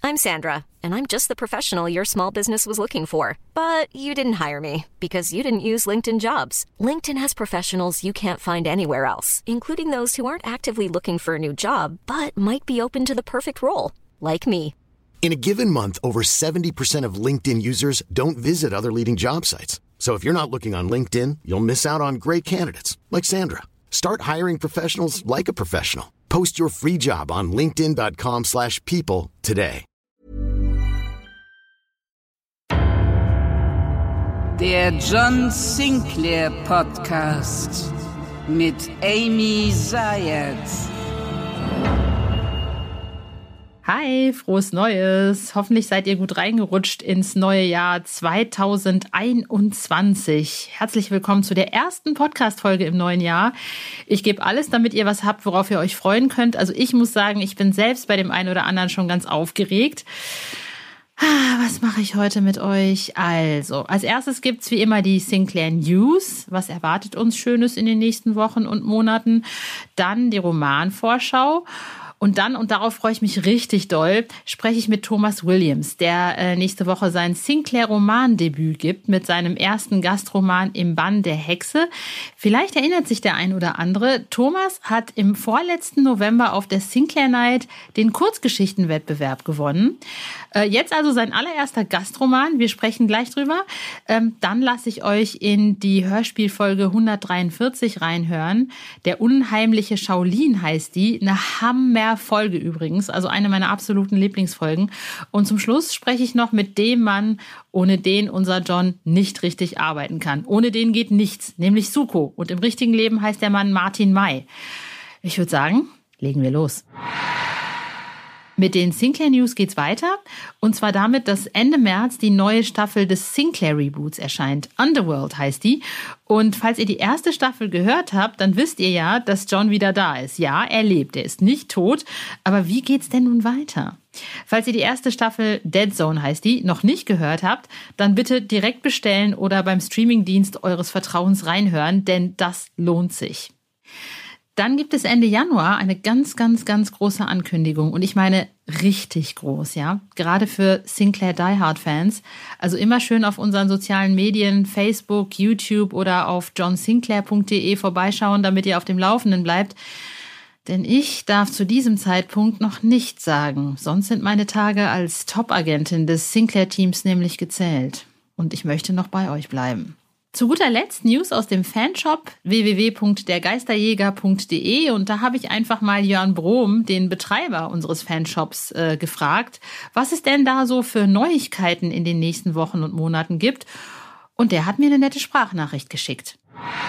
I'm Sandra, and I'm just the professional your small business was looking for. But you didn't hire me because you didn't use LinkedIn Jobs. LinkedIn has professionals you can't find anywhere else, including those who aren't actively looking for a new job, but might be open to the perfect role, like me. In a given month, over 70% of LinkedIn users don't visit other leading job sites. So if you're not looking on LinkedIn, you'll miss out on great candidates like Sandra. Start hiring professionals like a professional. Post your free job on linkedin.com/people today. Der John Sinclair Podcast mit Amy Zayat. Hi, frohes Neues. Hoffentlich seid ihr gut reingerutscht ins neue Jahr 2021. Herzlich willkommen zu der ersten Podcast-Folge im neuen Jahr. Ich gebe alles, damit ihr was habt, worauf ihr euch freuen könnt. Also ich muss sagen, ich bin selbst bei dem einen oder anderen schon ganz aufgeregt. Was mache ich heute mit euch? Also, als erstes gibt's wie immer die Sinclair News. Was erwartet uns Schönes in den nächsten Wochen und Monaten? Dann die Romanvorschau. Und dann, und darauf freue ich mich richtig doll, spreche ich mit Thomas Williams, der nächste Woche sein Sinclair-Romandebüt gibt mit seinem ersten Gastroman Im Bann der Hexe. Vielleicht erinnert sich der ein oder andere. Thomas hat im vorletzten November auf der Sinclair Night den Kurzgeschichtenwettbewerb gewonnen. Jetzt also sein allererster Gastroman. Wir sprechen gleich drüber. Dann lasse ich euch in die Hörspielfolge 143 reinhören. Der unheimliche Shaolin heißt die. Eine Hammerfolge übrigens. Also eine meiner absoluten Lieblingsfolgen. Und zum Schluss spreche ich noch mit dem Mann, ohne den unser John nicht richtig arbeiten kann. Ohne den geht nichts, nämlich Suko. Und im richtigen Leben heißt der Mann Martin May. Ich würde sagen, legen wir los. Mit den Sinclair News geht's weiter. Und zwar damit, dass Ende März die neue Staffel des Sinclair Reboots erscheint. Underworld heißt die. Und falls ihr die erste Staffel gehört habt, dann wisst ihr ja, dass John wieder da ist. Ja, er lebt, er ist nicht tot. Aber wie geht's denn nun weiter? Falls ihr die erste Staffel Dead Zone heißt die, noch nicht gehört habt, dann bitte direkt bestellen oder beim Streamingdienst eures Vertrauens reinhören, denn das lohnt sich. Dann gibt es Ende Januar eine ganz, ganz, ganz große Ankündigung. Und ich meine richtig groß, ja. Gerade für Sinclair Die Hard Fans. Also immer schön auf unseren sozialen Medien, Facebook, YouTube oder auf johnsinclair.de vorbeischauen, damit ihr auf dem Laufenden bleibt. Denn ich darf zu diesem Zeitpunkt noch nichts sagen. Sonst sind meine Tage als Top-Agentin des Sinclair-Teams nämlich gezählt. Und ich möchte noch bei euch bleiben. Zu guter Letzt News aus dem Fanshop www.dergeisterjäger.de und da habe ich einfach mal Jörn Brohm, den Betreiber unseres Fanshops, gefragt, was es denn da so für Neuigkeiten in den nächsten Wochen und Monaten gibt. Und der hat mir eine nette Sprachnachricht geschickt.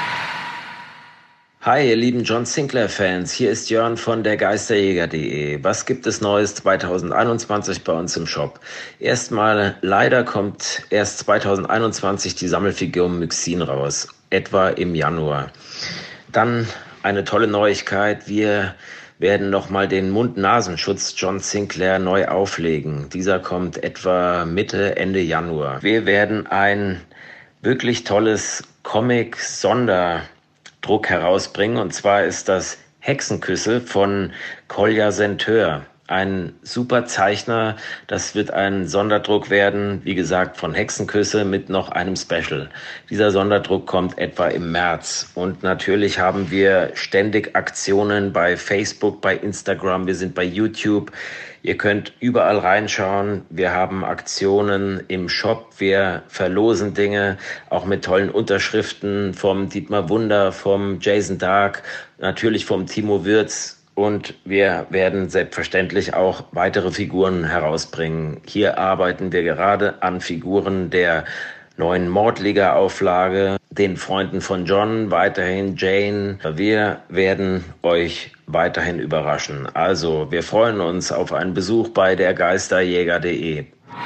Hi, ihr lieben John Sinclair-Fans, hier ist Jörn von dergeisterjäger.de. Was gibt es Neues 2021 bei uns im Shop? Erstmal, leider kommt erst 2021 die Sammelfigur Myxin raus, etwa im Januar. Dann eine tolle Neuigkeit, wir werden nochmal den Mund-Nasenschutz John Sinclair neu auflegen. Dieser kommt etwa Mitte, Ende Januar. Wir werden ein wirklich tolles Comic-Sonderdruck herausbringen, und zwar ist das Hexenküsse von Kolja Senteur. Ein super Zeichner, das wird ein Sonderdruck werden, wie gesagt, von Hexenküsse mit noch einem Special. Dieser Sonderdruck kommt etwa im März. Und natürlich haben wir ständig Aktionen bei Facebook, bei Instagram, wir sind bei YouTube. Ihr könnt überall reinschauen. Wir haben Aktionen im Shop. Wir verlosen Dinge, auch mit tollen Unterschriften vom Dietmar Wunder, vom Jason Dark, natürlich vom Timo Würz. Und wir werden selbstverständlich auch weitere Figuren herausbringen. Hier arbeiten wir gerade an Figuren der neuen Mordliga-Auflage, den Freunden von John, weiterhin Jane. Wir werden euch weiterhin überraschen. Also, wir freuen uns auf einen Besuch bei dergeisterjäger.de.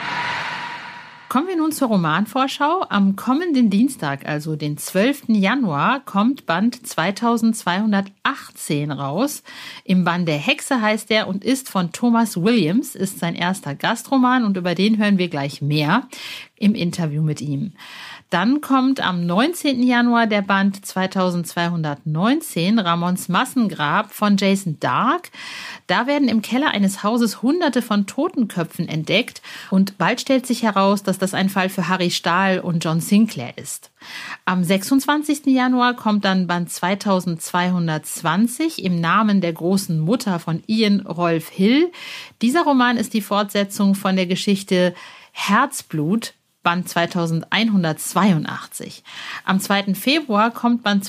Kommen wir nun zur Romanvorschau. Am kommenden Dienstag, also den 12. Januar, kommt Band 2218 raus. Im Bann der Hexe heißt er und ist von Thomas Williams, ist sein erster Gastroman und über den hören wir gleich mehr im Interview mit ihm. Dann kommt am 19. Januar der Band 2219, Ramons Massengrab von Jason Dark. Da werden im Keller eines Hauses Hunderte von Totenköpfen entdeckt und bald stellt sich heraus, dass das ein Fall für Harry Stahl und John Sinclair ist. Am 26. Januar kommt dann Band 2220 im Namen der großen Mutter von Ian Rolfe Hill. Dieser Roman ist die Fortsetzung von der Geschichte Herzblut, Band 2182. Am 2. Februar kommt Band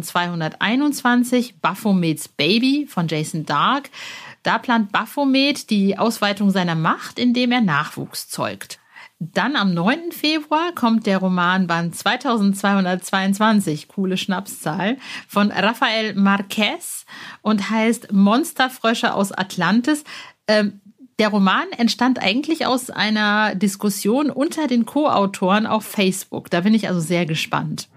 2221, Baphomets Baby von Jason Dark. Da plant Baphomet die Ausweitung seiner Macht, indem er Nachwuchs zeugt. Dann am 9. Februar kommt der Roman Band 2222, coole Schnapszahl, von Rafael Marquez und heißt Monsterfrösche aus Atlantis. Der Roman entstand eigentlich aus einer Diskussion unter den Co-Autoren auf Facebook. Da bin ich also sehr gespannt.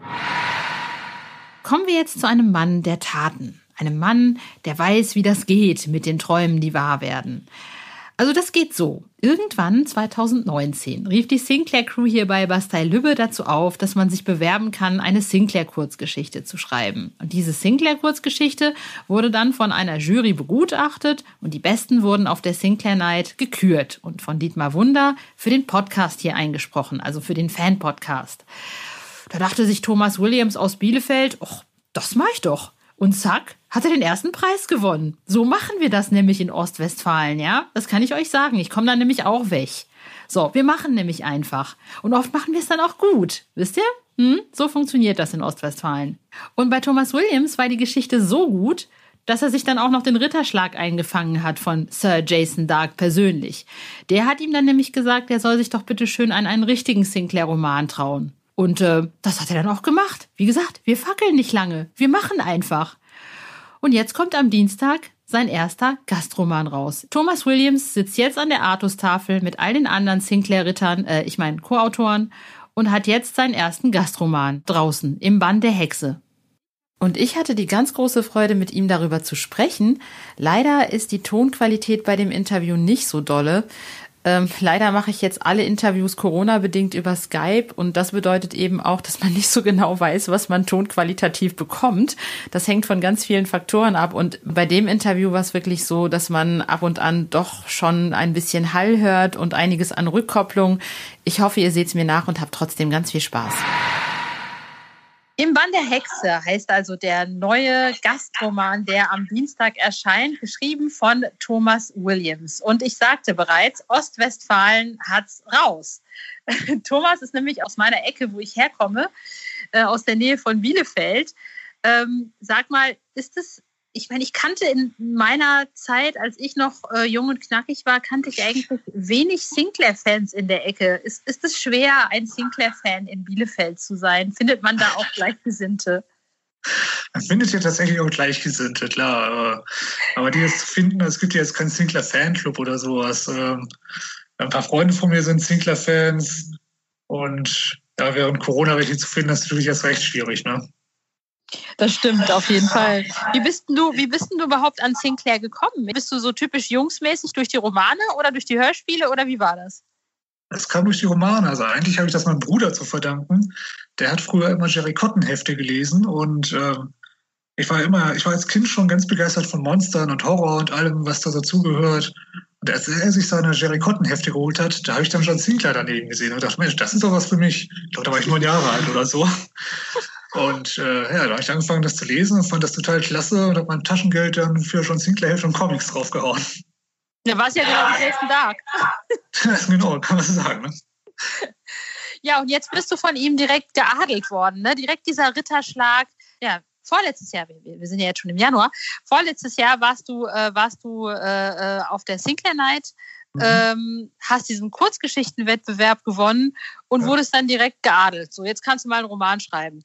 Kommen wir jetzt zu einem Mann der Taten. Einem Mann, der weiß, wie das geht mit den Träumen, die wahr werden. Also das geht so. Irgendwann 2019 rief die Sinclair-Crew hier bei Bastei-Lübbe dazu auf, dass man sich bewerben kann, eine Sinclair-Kurzgeschichte zu schreiben. Und diese Sinclair-Kurzgeschichte wurde dann von einer Jury begutachtet und die Besten wurden auf der Sinclair Night gekürt und von Dietmar Wunder für den Podcast hier eingesprochen, also für den Fan-Podcast. Da dachte sich Thomas Williams aus Bielefeld, ach, das mach ich doch. Und zack, hat er den ersten Preis gewonnen. So machen wir das nämlich in Ostwestfalen, ja? Das kann ich euch sagen. Ich komme da nämlich auch weg. So, wir machen nämlich einfach. Und oft machen wir es dann auch gut. Wisst ihr? So funktioniert das in Ostwestfalen. Und bei Thomas Williams war die Geschichte so gut, dass er sich dann auch noch den Ritterschlag eingefangen hat von Sir Jason Dark persönlich. Der hat ihm dann nämlich gesagt, er soll sich doch bitte schön an einen richtigen Sinclair-Roman trauen. Und das hat er dann auch gemacht. Wie gesagt, wir fackeln nicht lange. Wir machen einfach. Und jetzt kommt am Dienstag sein erster Gastroman raus. Thomas Williams sitzt jetzt an der Artus-Tafel mit all den anderen Sinclair-Rittern, Co-Autoren, und hat jetzt seinen ersten Gastroman draußen im Bann der Hexe. Und ich hatte die ganz große Freude, mit ihm darüber zu sprechen. Leider ist die Tonqualität bei dem Interview nicht so dolle. Leider mache ich jetzt alle Interviews Corona-bedingt über Skype und das bedeutet eben auch, dass man nicht so genau weiß, was man tonqualitativ bekommt. Das hängt von ganz vielen Faktoren ab und bei dem Interview war es wirklich so, dass man ab und an doch schon ein bisschen Hall hört und einiges an Rückkopplung. Ich hoffe, ihr seht es mir nach und habt trotzdem ganz viel Spaß. Im Bann der Hexe heißt also der neue Gastroman, der am Dienstag erscheint, geschrieben von Thomas Williams. Und ich sagte bereits, Ostwestfalen hat's raus. Thomas ist nämlich aus meiner Ecke, wo ich herkomme, aus der Nähe von Bielefeld. Sag mal, ist es, ich meine, ich kannte in meiner Zeit, als ich noch jung und knackig war, kannte ich eigentlich wenig Sinclair-Fans in der Ecke. Ist es schwer, ein Sinclair-Fan in Bielefeld zu sein? Findet man da auch Gleichgesinnte? Man findet ja tatsächlich auch Gleichgesinnte, klar. Aber die jetzt zu finden, es gibt ja jetzt keinen Sinclair-Fanclub oder sowas. Ein paar Freunde von mir sind Sinclair-Fans und ja, während Corona welche zu finden, ist natürlich erst recht schwierig, ne? Das stimmt, auf jeden Fall. Wie bist denn du überhaupt an Sinclair gekommen? Bist du so typisch jungsmäßig durch die Romane oder durch die Hörspiele oder wie war das? Das kam durch die Romane. Also eigentlich habe ich das meinem Bruder zu verdanken. Der hat früher immer Jerry Cotton-Hefte gelesen und ich war als Kind schon ganz begeistert von Monstern und Horror und allem, was da dazugehört. Und als er sich seine Jerry Cotton-Hefte geholt hat, da habe ich dann John Sinclair daneben gesehen und dachte, Mensch, das ist doch was für mich. Ich glaube, da war ich 9 Jahre alt oder so. Und da habe ich angefangen, das zu lesen und fand das total klasse und habe mein Taschengeld dann für John Sinclair und Comics draufgehauen. Da war es ja genau am nächsten Tag. Genau, kann man so sagen. Ne? Ja, und jetzt bist du von ihm direkt geadelt worden. Ne? Direkt dieser Ritterschlag. Ja, vorletztes Jahr, wir sind ja jetzt schon im Januar, vorletztes Jahr warst du auf der Sinclair Night, hast diesen Kurzgeschichtenwettbewerb gewonnen und wurdest dann direkt geadelt. So, jetzt kannst du mal einen Roman schreiben.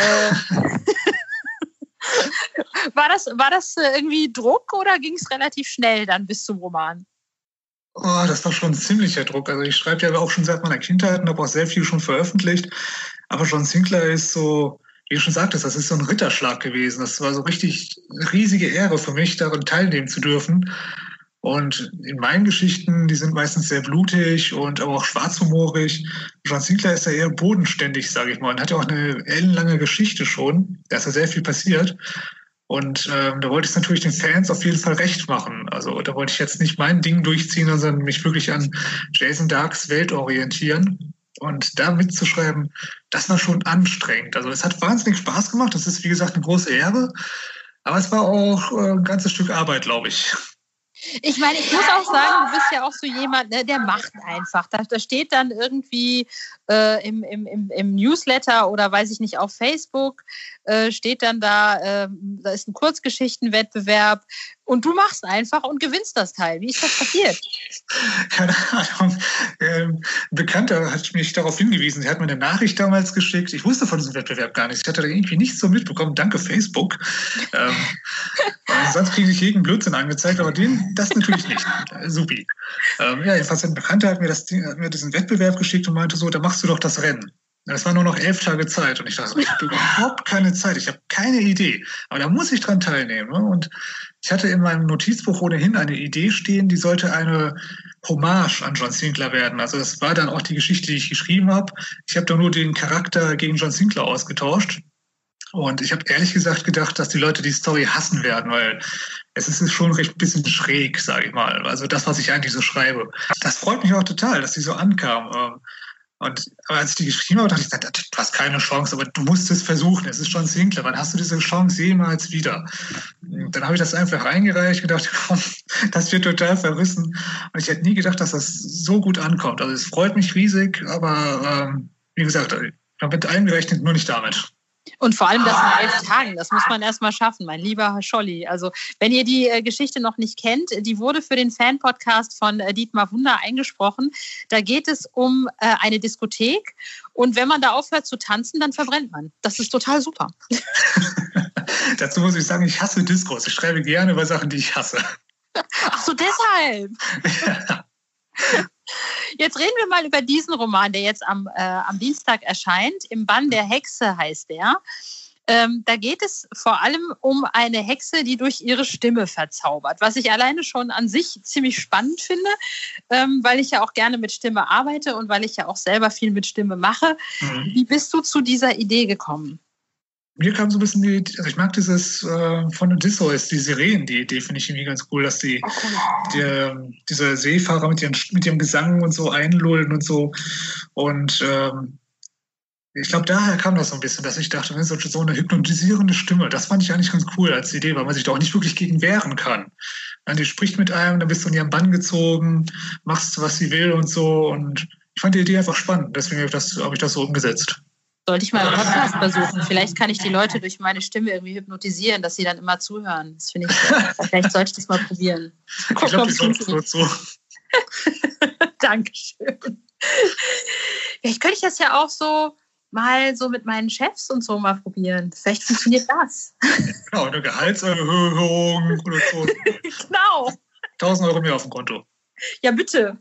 War das irgendwie Druck oder ging es relativ schnell dann bis zum Roman? Oh, das war schon ein ziemlicher Druck. Also ich schreibe ja auch schon seit meiner Kindheit und habe auch sehr viel schon veröffentlicht. Aber John Sinclair ist so, wie du schon sagtest, das ist so ein Ritterschlag gewesen. Das war so richtig riesige Ehre für mich, daran teilnehmen zu dürfen. Und in meinen Geschichten, die sind meistens sehr blutig und aber auch schwarzhumorig. John Sinclair ist ja eher bodenständig, sage ich mal, und hat ja auch eine ellenlange Geschichte schon. Da ist ja sehr viel passiert. Und da wollte ich es natürlich den Fans auf jeden Fall recht machen. Also da wollte ich jetzt nicht mein Ding durchziehen, sondern mich wirklich an Jason Darks Welt orientieren. Und da mitzuschreiben, das war schon anstrengend. Also es hat wahnsinnig Spaß gemacht. Das ist, wie gesagt, eine große Ehre. Aber es war auch ein ganzes Stück Arbeit, glaube ich. Ich meine, ich muss auch sagen, du bist ja auch so jemand, ne, der macht einfach. Da steht dann irgendwie im Newsletter oder weiß ich nicht, auf Facebook steht dann da ist ein Kurzgeschichtenwettbewerb und du machst einfach und gewinnst das Teil. Wie ist das passiert? Keine Ahnung. Ein Bekannter hat mich darauf hingewiesen. Er hat mir eine Nachricht damals geschickt. Ich wusste von diesem Wettbewerb gar nichts. Ich hatte da irgendwie nichts so mitbekommen. Danke, Facebook. Sonst kriege ich jeden Blödsinn angezeigt, aber das natürlich nicht. Supi. Jedenfalls ein Bekannter hat mir diesen Wettbewerb geschickt und meinte so, da machst du doch das Rennen. Es waren nur noch 11 Tage Zeit und ich dachte, ich habe überhaupt keine Zeit, ich habe keine Idee, aber da muss ich dran teilnehmen. Und ich hatte in meinem Notizbuch ohnehin eine Idee stehen, die sollte eine Hommage an John Sinclair werden. Also das war dann auch die Geschichte, die ich geschrieben habe. Ich habe da nur den Charakter gegen John Sinclair ausgetauscht. Und ich habe ehrlich gesagt gedacht, dass die Leute die Story hassen werden, weil es ist schon recht ein bisschen schräg, sage ich mal. Also das, was ich eigentlich so schreibe. Das freut mich auch total, dass die so ankam. Aber als ich die geschrieben habe, dachte ich, du hast keine Chance, aber du musst es versuchen. Es ist John Sinclair. Wann hast du diese Chance jemals wieder? Und dann habe ich das einfach reingereicht, gedacht, komm, das wird total verrissen. Und ich hätte nie gedacht, dass das so gut ankommt. Also es freut mich riesig, aber wie gesagt, ich habe mit allem gerechnet, nur nicht damit. Und vor allem das in 11 Tagen, das muss man erstmal schaffen, mein lieber Herr Scholli. Also wenn ihr die Geschichte noch nicht kennt, die wurde für den Fan-Podcast von Dietmar Wunder eingesprochen. Da geht es um eine Diskothek und wenn man da aufhört zu tanzen, dann verbrennt man. Das ist total super. Dazu muss ich sagen, ich hasse Diskos. Ich schreibe gerne über Sachen, die ich hasse. Ach so, deshalb. Ja. Jetzt reden wir mal über diesen Roman, der jetzt am Dienstag erscheint. Im Bann der Hexe heißt der. Da geht es vor allem um eine Hexe, die durch ihre Stimme verzaubert, was ich alleine schon an sich ziemlich spannend finde, weil ich ja auch gerne mit Stimme arbeite und weil ich ja auch selber viel mit Stimme mache. Wie bist du zu dieser Idee gekommen? Mir kam so ein bisschen ich mag dieses von Odysseus, die Sirenen, die Idee finde ich irgendwie ganz cool, dass diese Seefahrer mit ihrem Gesang und so einlullen und so. Und ich glaube, daher kam das so ein bisschen, dass ich dachte, so eine hypnotisierende Stimme, das fand ich eigentlich ganz cool als Idee, weil man sich da auch nicht wirklich gegen wehren kann. Die spricht mit einem, dann bist du in ihren Bann gezogen, machst, was sie will und so. Und ich fand die Idee einfach spannend, deswegen habe ich das so umgesetzt. Sollte ich mal einen Podcast versuchen. Vielleicht kann ich die Leute durch meine Stimme irgendwie hypnotisieren, dass sie dann immer zuhören. Das finde ich, vielleicht sollte ich das mal probieren. Ich glaube, die sind so. Dankeschön. Vielleicht könnte ich das ja auch so mal so mit meinen Chefs und so mal probieren. Vielleicht funktioniert das. Genau, eine Gehaltserhöhung oder so. Genau. 1.000 Euro mehr auf dem Konto. Ja, bitte.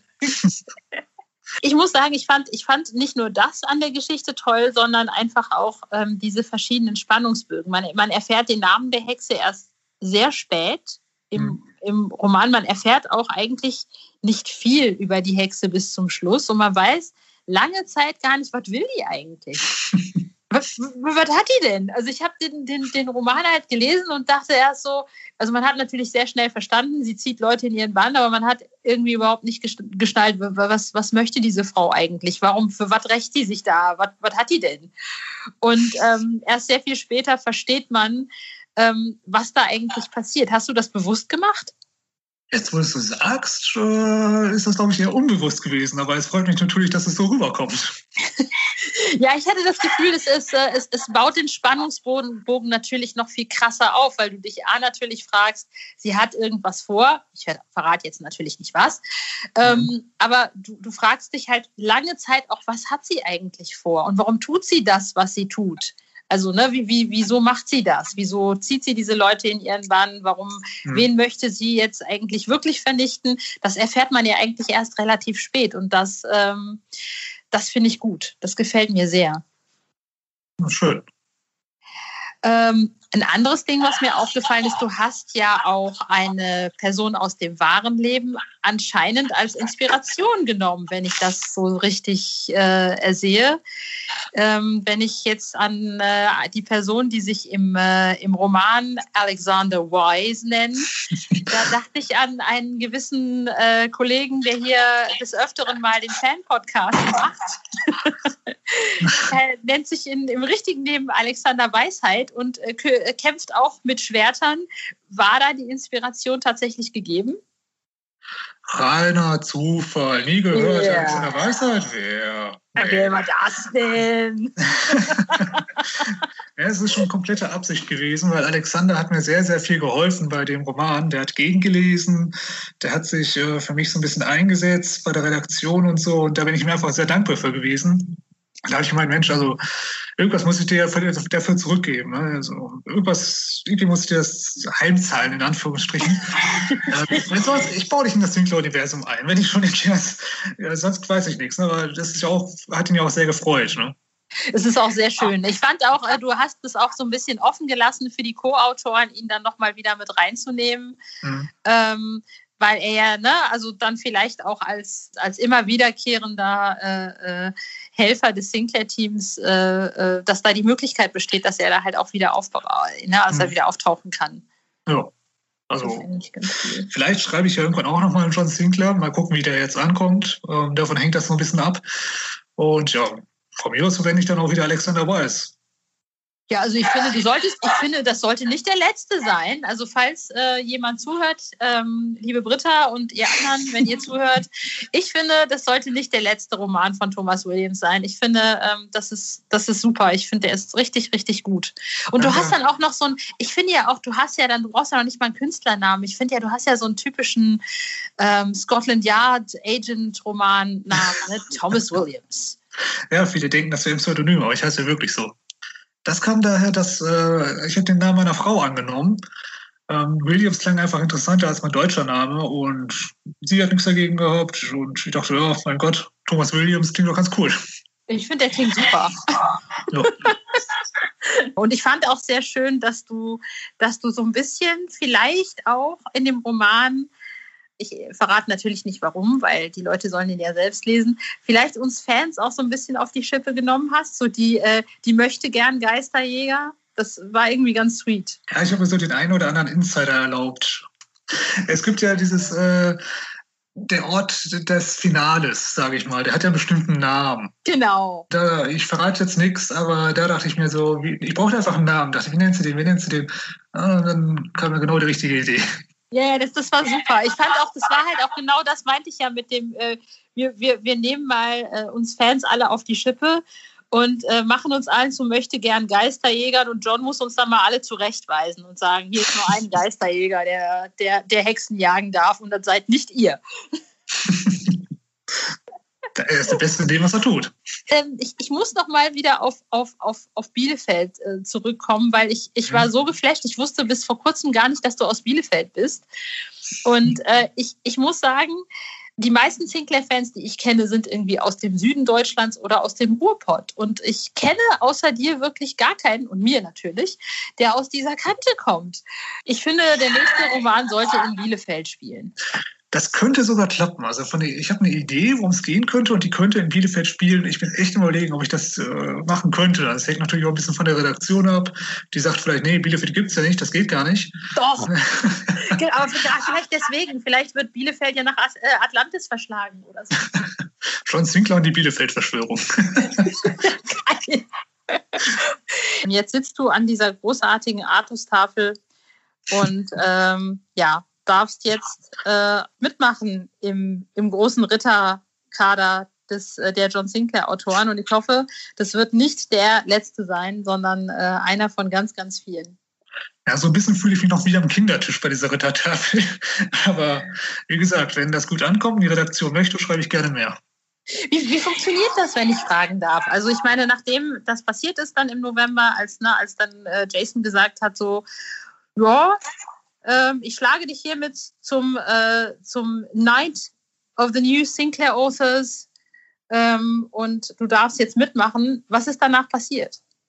Ich muss sagen, ich fand nicht nur das an der Geschichte toll, sondern einfach auch diese verschiedenen Spannungsbögen. Man erfährt den Namen der Hexe erst sehr spät im Roman. Man erfährt auch eigentlich nicht viel über die Hexe bis zum Schluss. Und man weiß lange Zeit gar nicht, was will die eigentlich? Was hat die denn? Also ich habe den Roman halt gelesen und dachte erst so, also man hat natürlich sehr schnell verstanden, sie zieht Leute in ihren Bann, aber man hat irgendwie überhaupt nicht geschnallt, was möchte diese Frau eigentlich? Für was rächt sie sich da? Was hat die denn? Und erst sehr viel später versteht man, was da eigentlich passiert. Hast du das bewusst gemacht? Jetzt, wo du es so sagst, ist das, glaube ich, eher unbewusst gewesen. Aber es freut mich natürlich, dass es so rüberkommt. Ja, ich hatte das Gefühl, es baut den Spannungsbogen natürlich noch viel krasser auf, weil du dich natürlich fragst, sie hat irgendwas vor. Ich verrate jetzt natürlich nicht was. Aber du fragst dich halt lange Zeit auch, was hat sie eigentlich vor? Und warum tut sie das, was sie tut? Also, ne, wieso macht sie das? Wieso zieht sie diese Leute in ihren Bann? Wen möchte sie jetzt eigentlich wirklich vernichten? Das erfährt man ja eigentlich erst relativ spät. Und das finde ich gut. Das gefällt mir sehr. Schön. Ein anderes Ding, was mir aufgefallen ist, du hast ja auch eine Person aus dem wahren Leben anscheinend als Inspiration genommen, wenn ich das so richtig ersehe. Wenn ich jetzt an die Person, die sich im Roman Alexander Wise nennt, da dachte ich an einen gewissen Kollegen, der hier des Öfteren mal den Fan-Podcast macht. Er nennt sich im richtigen Leben Alexander Weisheit und kämpft auch mit Schwertern. War da die Inspiration tatsächlich gegeben? Reiner Zufall, nie gehört. Yeah. Alexander Weisheit, wer war das denn? Ja, es ist schon komplette Absicht gewesen, weil Alexander hat mir sehr, sehr viel geholfen bei dem Roman. Der hat gegengelesen, der hat sich für mich so ein bisschen eingesetzt bei der Redaktion und so. Und da bin ich mir einfach sehr dankbar für gewesen. Da habe ich gemeint, Mensch, also irgendwas muss ich dir dafür zurückgeben. Ne? Also irgendwie muss ich dir das heimzahlen, in Anführungsstrichen. Ich baue dich in das Sinclair-Universum ein, wenn ich schon sonst weiß ich nichts. Ne? Aber das ist hat ihn ja auch sehr gefreut. Ne? Es ist auch sehr schön. Ich fand auch, du hast es auch so ein bisschen offen gelassen für die Co-Autoren, ihn dann nochmal wieder mit reinzunehmen. Mhm. Weil er ja, ne, also dann vielleicht auch als immer wiederkehrender Helfer des Sinclair-Teams, dass da die Möglichkeit besteht, dass er da halt auch wieder er wieder auftauchen kann. Ja, also vielleicht schreibe ich ja irgendwann auch nochmal einen John Sinclair, mal gucken, wie der jetzt ankommt. Davon hängt das so ein bisschen ab. Und ja, von mir aus verwende ich dann auch wieder Alexander Wise. Ja, also ich finde, das sollte nicht der letzte sein. Also falls jemand zuhört, liebe Britta und ihr anderen, wenn ihr zuhört, ich finde, das sollte nicht der letzte Roman von Thomas Williams sein. Ich finde, das ist super. Ich finde, der ist richtig, richtig gut. Und du hast dann auch noch ich finde ja auch, du brauchst ja noch nicht mal einen Künstlernamen. Ich finde ja, du hast ja so einen typischen Scotland Yard Agent Roman-Namen, ne? Thomas Williams. Ja, viele denken, das wäre ein Pseudonym, aber ich heiße ja wirklich so. Das kam daher, dass ich habe den Namen meiner Frau angenommen. Williams klang einfach interessanter als mein deutscher Name und sie hat nichts dagegen gehabt. Und ich dachte, ja, mein Gott, Thomas Williams klingt doch ganz cool. Ich finde, der klingt super. Ja. Und ich fand auch sehr schön, dass du so ein bisschen vielleicht auch in dem Roman, ich verrate natürlich nicht warum, weil die Leute sollen ihn ja selbst lesen, vielleicht uns Fans auch so ein bisschen auf die Schippe genommen hast, so die möchte gern Geisterjäger. Das war irgendwie ganz sweet. Ja, ich habe mir so den einen oder anderen Insider erlaubt. Es gibt ja der Ort des Finales, sage ich mal, der hat ja einen bestimmten Namen. Genau. Ich verrate jetzt nichts, aber da dachte ich mir so, ich brauchte einfach einen Namen. Dachte ich, wie nennst du den? Ah, dann kam mir genau die richtige Idee. Ja, das war super. Ich fand auch, das war halt auch genau das, meinte ich ja mit dem, wir nehmen mal uns Fans alle auf die Schippe und machen uns allen zu möchte-gern Geisterjägern und John muss uns dann mal alle zurechtweisen und sagen, hier ist nur ein Geisterjäger, der Hexen jagen darf und das seid nicht ihr. Er ist der Beste in dem, was er tut. Ich muss noch mal wieder auf Bielefeld zurückkommen, weil ich war so geflasht. Ich wusste bis vor kurzem gar nicht, dass du aus Bielefeld bist. Und ich muss sagen, die meisten Sinclair-Fans, die ich kenne, sind irgendwie aus dem Süden Deutschlands oder aus dem Ruhrpott. Und ich kenne außer dir wirklich gar keinen, und mir natürlich, der aus dieser Kante kommt. Ich finde, der nächste Roman sollte in Bielefeld spielen. Das könnte sogar klappen. Also ich habe eine Idee, worum es gehen könnte und die könnte in Bielefeld spielen. Ich bin echt überlegen, ob ich das machen könnte. Das hängt natürlich auch ein bisschen von der Redaktion ab. Die sagt vielleicht, nee, Bielefeld gibt's ja nicht, das geht gar nicht. Doch. Aber vielleicht deswegen. Vielleicht wird Bielefeld ja nach Atlantis verschlagen oder so. John Sinclair und die Bielefeld-Verschwörung. Geil. Jetzt sitzt du an dieser großartigen Artus-Tafel und darfst jetzt mitmachen im großen Ritterkader der John Sinclair-Autoren. Und ich hoffe, das wird nicht der letzte sein, sondern einer von ganz, ganz vielen. Ja, so ein bisschen fühle ich mich noch wie am Kindertisch bei dieser Rittertafel. Aber wie gesagt, wenn das gut ankommt und die Redaktion möchte, schreibe ich gerne mehr. Wie funktioniert das, wenn ich fragen darf? Also ich meine, nachdem das passiert ist dann im November, als dann Jason gesagt hat, so, ja, ich schlage dich hiermit zum Night of the New Sinclair Authors und du darfst jetzt mitmachen. Was ist danach passiert?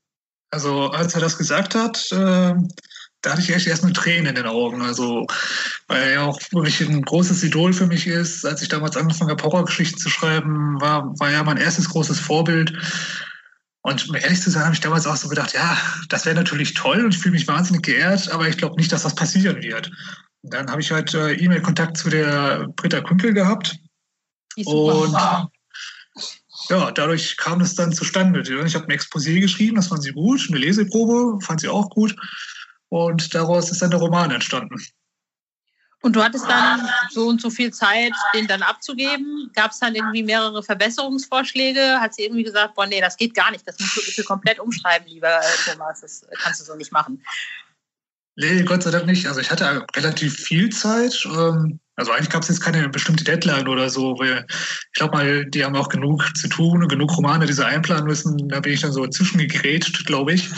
Also als er das gesagt hat, da hatte ich echt erst eine Träne in den Augen. Also weil er auch wirklich ein großes Idol für mich ist. Als ich damals angefangen habe, Horrorgeschichten zu schreiben, war er mein erstes großes Vorbild. Und um ehrlich zu sein, habe ich damals auch so gedacht, ja, das wäre natürlich toll und ich fühle mich wahnsinnig geehrt, aber ich glaube nicht, dass das passieren wird. Und dann habe ich halt E-Mail-Kontakt zu der Britta Kunkel gehabt. Und ja, dadurch kam es dann zustande. Ich habe ein Exposé geschrieben, das fand sie gut, eine Leseprobe fand sie auch gut. Und daraus ist dann der Roman entstanden. Und du hattest dann so und so viel Zeit, den dann abzugeben. Gab es dann irgendwie mehrere Verbesserungsvorschläge? Hat sie irgendwie gesagt, boah, nee, das geht gar nicht, das musst du bitte komplett umschreiben, lieber Thomas, das kannst du so nicht machen? Nee, Gott sei Dank nicht. Also ich hatte relativ viel Zeit. Also eigentlich gab es jetzt keine bestimmte Deadline oder so, weil ich glaube mal, die haben auch genug zu tun und genug Romane, die sie einplanen müssen. Da bin ich dann so zwischengegrätscht, glaube ich.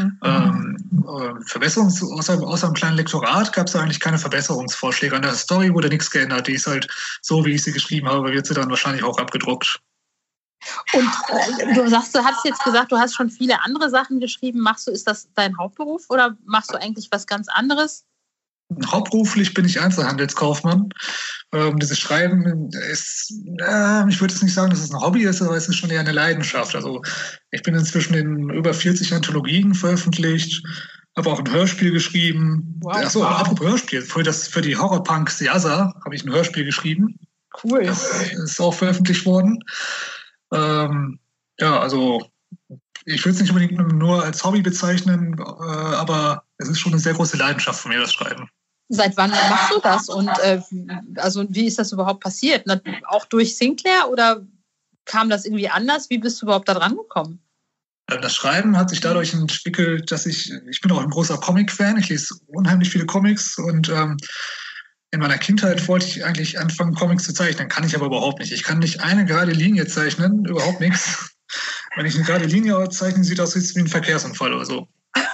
Außer einem kleinen Lektorat gab es eigentlich keine Verbesserungsvorschläge. An der Story wurde nichts geändert. Die ist halt so, wie ich sie geschrieben habe, wird sie dann wahrscheinlich auch abgedruckt. Und du hast jetzt gesagt, du hast schon viele andere Sachen geschrieben. Ist das dein Hauptberuf oder machst du eigentlich was ganz anderes? Hauptberuflich bin ich Einzelhandelskaufmann. Dieses Schreiben ist, ich würde jetzt nicht sagen, dass es ein Hobby ist, aber es ist schon eher eine Leidenschaft. Also ich bin inzwischen in über 40 Anthologien veröffentlicht, habe auch ein Hörspiel geschrieben. Wow. Achso, apropos Hörspiel, für die Horrorpunk Siasa habe ich ein Hörspiel geschrieben. Cool. Das ist auch veröffentlicht worden. Ja, also ich würde es nicht unbedingt nur als Hobby bezeichnen, aber es ist schon eine sehr große Leidenschaft von mir, das Schreiben. Seit wann machst du das und also wie ist das überhaupt passiert? Auch durch Sinclair oder kam das irgendwie anders? Wie bist du überhaupt da dran gekommen? Das Schreiben hat sich dadurch entwickelt, dass ich bin auch ein großer Comic-Fan, ich lese unheimlich viele Comics und in meiner Kindheit wollte ich eigentlich anfangen, Comics zu zeichnen, kann ich aber überhaupt nicht. Ich kann nicht eine gerade Linie zeichnen, überhaupt nichts. Wenn ich eine gerade Linie zeichne, sieht das aus wie ein Verkehrsunfall oder so.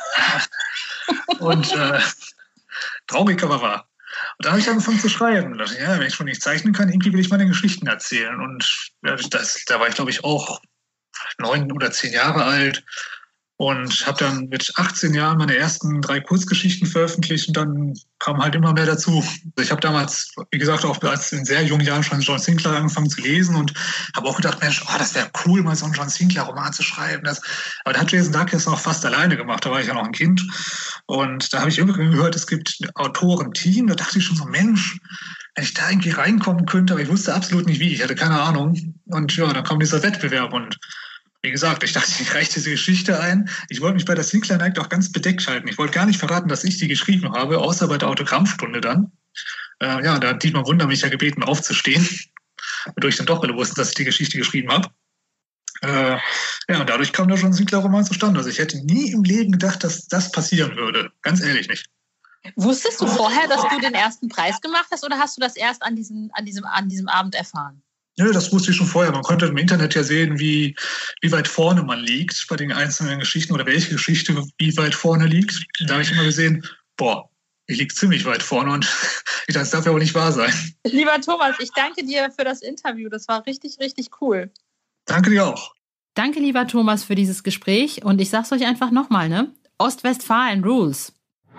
Und traurig aber wahr. Und da habe ich angefangen zu schreiben. Da dachte ich, ja, wenn ich schon nicht zeichnen kann, irgendwie will ich meine Geschichten erzählen. Und da war ich, glaube ich, auch 9 oder 10 Jahre alt. Und habe dann mit 18 Jahren meine ersten 3 Kurzgeschichten veröffentlicht und dann kam halt immer mehr dazu. Also ich habe damals, wie gesagt, auch als in sehr jungen Jahren schon John Sinclair angefangen zu lesen und habe auch gedacht, Mensch, das wäre cool, mal so einen John Sinclair-Roman zu schreiben. Aber da hat Jason Darkness noch fast alleine gemacht, da war ich ja noch ein Kind. Und da habe ich irgendwie gehört, es gibt ein Autorenteam. Da dachte ich schon so, Mensch, wenn ich da irgendwie reinkommen könnte, aber ich wusste absolut nicht wie, ich hatte keine Ahnung. Und ja, dann kam dieser Wettbewerb und wie gesagt, ich dachte, ich reiche diese Geschichte ein. Ich wollte mich bei der Sinclair Night auch ganz bedeckt halten. Ich wollte gar nicht verraten, dass ich die geschrieben habe, außer bei der Autogrammstunde dann. Da hat Dietmar Wunder mich ja gebeten, aufzustehen, wodurch dann doch alle wussten, dass ich die Geschichte geschrieben habe. Und dadurch kam da schon ein Sinclair-Roman zustande. Also ich hätte nie im Leben gedacht, dass das passieren würde. Ganz ehrlich nicht. Wusstest du vorher, dass du den ersten Preis gemacht hast oder hast du das erst an diesem Abend erfahren? Ja, das wusste ich schon vorher. Man konnte im Internet ja sehen, wie weit vorne man liegt bei den einzelnen Geschichten oder welche Geschichte wie weit vorne liegt. Da habe ich immer gesehen, ich liege ziemlich weit vorne und das darf ja wohl nicht wahr sein. Lieber Thomas, ich danke dir für das Interview. Das war richtig, richtig cool. Danke dir auch. Danke, lieber Thomas, für dieses Gespräch. Und ich sag's euch einfach nochmal, ne? Ostwestfalen Rules.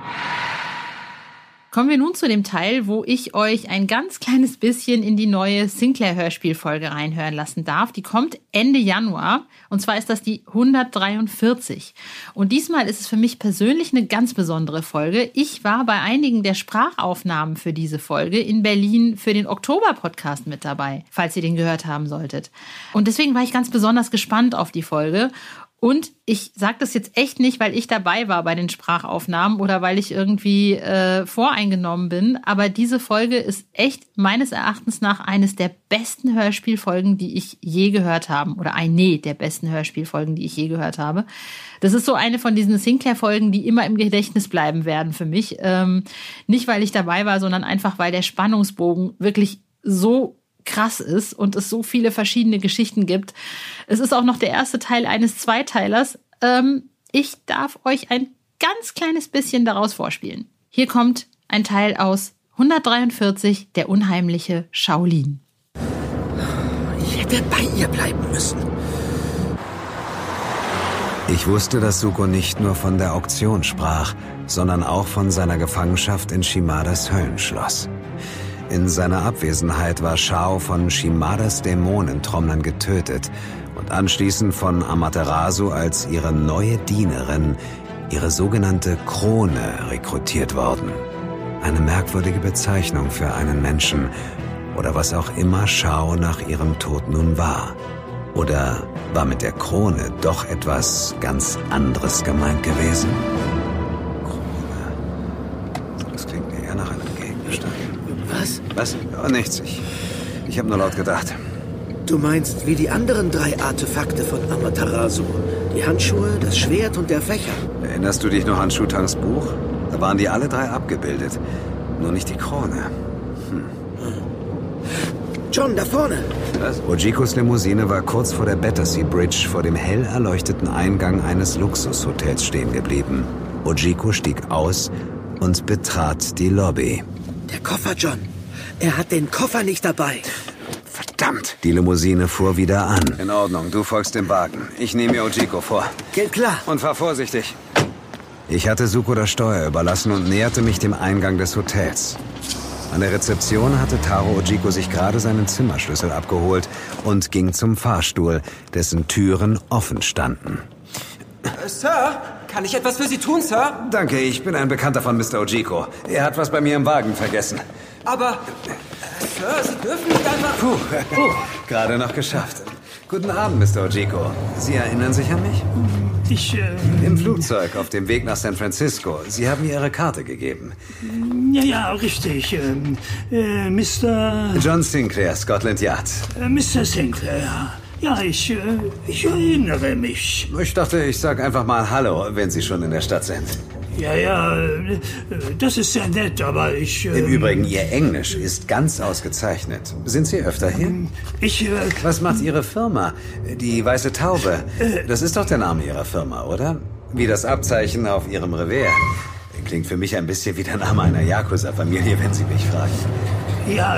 Kommen wir nun zu dem Teil, wo ich euch ein ganz kleines bisschen in die neue Sinclair-Hörspielfolge reinhören lassen darf. Die kommt Ende Januar und zwar ist das die 143. Und diesmal ist es für mich persönlich eine ganz besondere Folge. Ich war bei einigen der Sprachaufnahmen für diese Folge in Berlin für den Oktober-Podcast mit dabei, falls ihr den gehört haben solltet. Und deswegen war ich ganz besonders gespannt auf die Folge. Und ich sage das jetzt echt nicht, weil ich dabei war bei den Sprachaufnahmen oder weil ich irgendwie voreingenommen bin. Aber diese Folge ist echt meines Erachtens nach eines der besten Hörspielfolgen, die ich je gehört habe. Oder eine der besten Hörspielfolgen, die ich je gehört habe. Das ist so eine von diesen Sinclair-Folgen, die immer im Gedächtnis bleiben werden für mich. Nicht, weil ich dabei war, sondern einfach, weil der Spannungsbogen wirklich so krass ist und es so viele verschiedene Geschichten gibt. Es ist auch noch der erste Teil eines Zweiteilers. Ich darf euch ein ganz kleines bisschen daraus vorspielen. Hier kommt ein Teil aus 143, der unheimliche Shaolin. Ich hätte bei ihr bleiben müssen. Ich wusste, dass Zuko nicht nur von der Auktion sprach, sondern auch von seiner Gefangenschaft in Shimadas Höllenschloss. In seiner Abwesenheit war Shao von Shimadas Dämonentrommlern getötet und anschließend von Amaterasu als ihre neue Dienerin, ihre sogenannte Krone, rekrutiert worden. Eine merkwürdige Bezeichnung für einen Menschen oder was auch immer Shao nach ihrem Tod nun war. Oder war mit der Krone doch etwas ganz anderes gemeint gewesen? Krone. Das klingt eher nach einem Gegenstand. Was? Oh, nichts. Ich habe nur laut gedacht. Du meinst wie die anderen 3 Artefakte von Amaterasu? Die Handschuhe, das Schwert und der Fächer. Erinnerst du dich noch an Shutangs Buch? Da waren die alle 3 abgebildet. Nur nicht die Krone. John, da vorne! Was? Ojikos Limousine war kurz vor der Battersea Bridge vor dem hell erleuchteten Eingang eines Luxushotels stehen geblieben. Ojiko stieg aus und betrat die Lobby. Der Koffer, John. Er hat den Koffer nicht dabei. Verdammt! Die Limousine fuhr wieder an. In Ordnung, du folgst dem Wagen. Ich nehme mir Ojiko vor. Geht klar. Und fahr vorsichtig. Ich hatte Zuko das Steuer überlassen und näherte mich dem Eingang des Hotels. An der Rezeption hatte Taro Ojiko sich gerade seinen Zimmerschlüssel abgeholt und ging zum Fahrstuhl, dessen Türen offen standen. Sir, kann ich etwas für Sie tun, Sir? Danke, ich bin ein Bekannter von Mr. Ojiko. Er hat was bei mir im Wagen vergessen. Aber, Sir, Sie dürfen nicht einfach... Puh, gerade noch geschafft. Guten Abend, Mr. Ojiko. Sie erinnern sich an mich? Im Flugzeug auf dem Weg nach San Francisco. Sie haben mir Ihre Karte gegeben. Ja, richtig. Mr... John Sinclair, Scotland Yard. Mr. Sinclair. Ja, ich erinnere mich. Ich dachte, ich sag einfach mal Hallo, wenn Sie schon in der Stadt sind. Ja, das ist sehr nett, aber ich... Im Übrigen, Ihr Englisch ist ganz ausgezeichnet. Sind Sie öfter hier? Was macht Ihre Firma? Die Weiße Taube. Das ist doch der Name Ihrer Firma, oder? Wie das Abzeichen auf Ihrem Revers. Klingt für mich ein bisschen wie der Name einer Yakuza-Familie, wenn Sie mich fragen. Ja,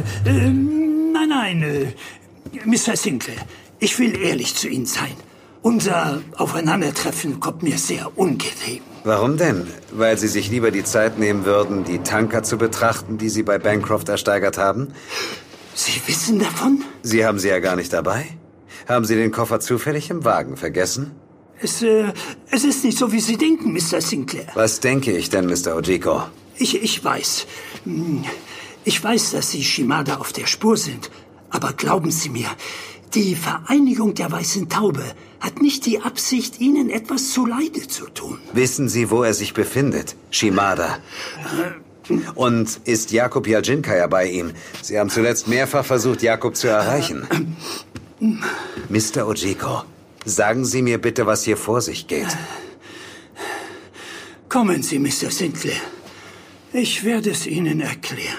nein, Mr. Sinclair, ich will ehrlich zu Ihnen sein. Unser Aufeinandertreffen kommt mir sehr ungelegen. Warum denn? Weil Sie sich lieber die Zeit nehmen würden, die Tanker zu betrachten, die Sie bei Bancroft ersteigert haben? Sie wissen davon? Sie haben sie ja gar nicht dabei. Haben Sie den Koffer zufällig im Wagen vergessen? Es ist nicht so, wie Sie denken, Mr. Sinclair. Was denke ich denn, Mr. Ojiko? Ich weiß. Ich weiß, dass Sie Shimada auf der Spur sind. Aber glauben Sie mir, die Vereinigung der Weißen Taube hat nicht die Absicht, Ihnen etwas zuleide zu tun. Wissen Sie, wo er sich befindet? Shimada. Und ist Jakob Yaljinkaya bei ihm? Sie haben zuletzt mehrfach versucht, Jakob zu erreichen. Mr. Ojiko, sagen Sie mir bitte, was hier vor sich geht. Kommen Sie, Mr. Sinclair. Ich werde es Ihnen erklären.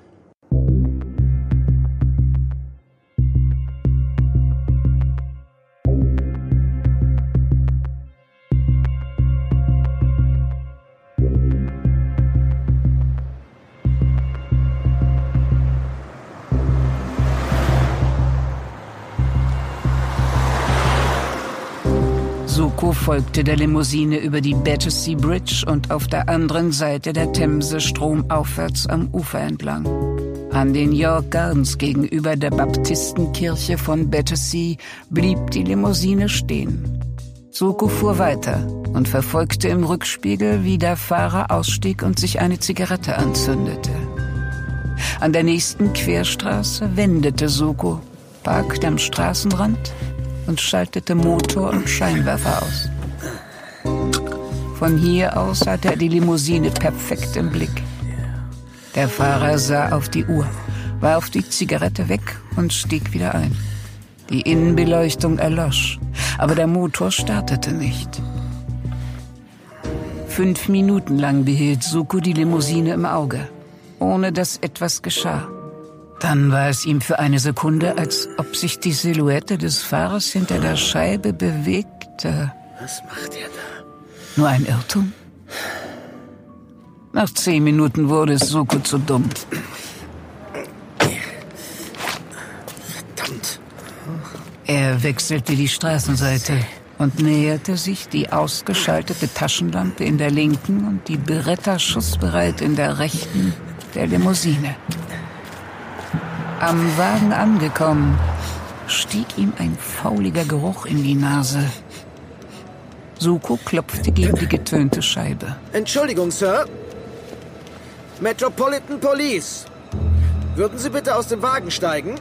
Zuko folgte der Limousine über die Battersea Bridge und auf der anderen Seite der Themse stromaufwärts am Ufer entlang. An den York Gardens gegenüber der Baptistenkirche von Battersea blieb die Limousine stehen. Zuko fuhr weiter und verfolgte im Rückspiegel, wie der Fahrer ausstieg und sich eine Zigarette anzündete. An der nächsten Querstraße wendete Zuko, parkte am Straßenrand und schaltete Motor und Scheinwerfer aus. Von hier aus hatte er die Limousine perfekt im Blick. Der Fahrer sah auf die Uhr, warf die Zigarette weg und stieg wieder ein. Die Innenbeleuchtung erlosch, aber der Motor startete nicht. 5 Minuten lang behielt Zuko die Limousine im Auge, ohne dass etwas geschah. Dann war es ihm für eine Sekunde, als ob sich die Silhouette des Fahrers hinter der Scheibe bewegte. Was macht er da? Nur ein Irrtum? Nach 10 Minuten wurde es Zuko zu dumm. Verdammt. Er wechselte die Straßenseite und näherte sich die ausgeschaltete Taschenlampe in der linken und die Beretta schussbereit in der rechten der Limousine. Am Wagen angekommen, stieg ihm ein fauliger Geruch in die Nase. Suko klopfte gegen die getönte Scheibe. Entschuldigung, Sir. Metropolitan Police. Würden Sie bitte aus dem Wagen steigen?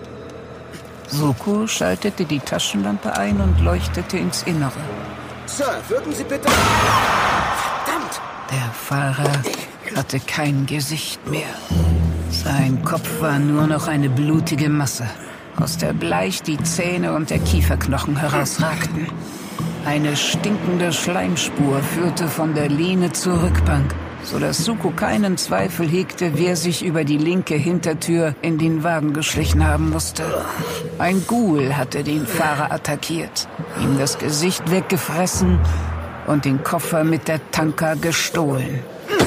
Suko schaltete die Taschenlampe ein und leuchtete ins Innere. Sir, würden Sie bitte... Verdammt! Der Fahrer hatte kein Gesicht mehr. Sein Kopf war nur noch eine blutige Masse, aus der bleich die Zähne und der Kieferknochen herausragten. Eine stinkende Schleimspur führte von der Lehne zur Rückbank, sodass Suko keinen Zweifel hegte, wer sich über die linke Hintertür in den Wagen geschlichen haben musste. Ein Ghoul hatte den Fahrer attackiert, ihm das Gesicht weggefressen und den Koffer mit der Tanka gestohlen.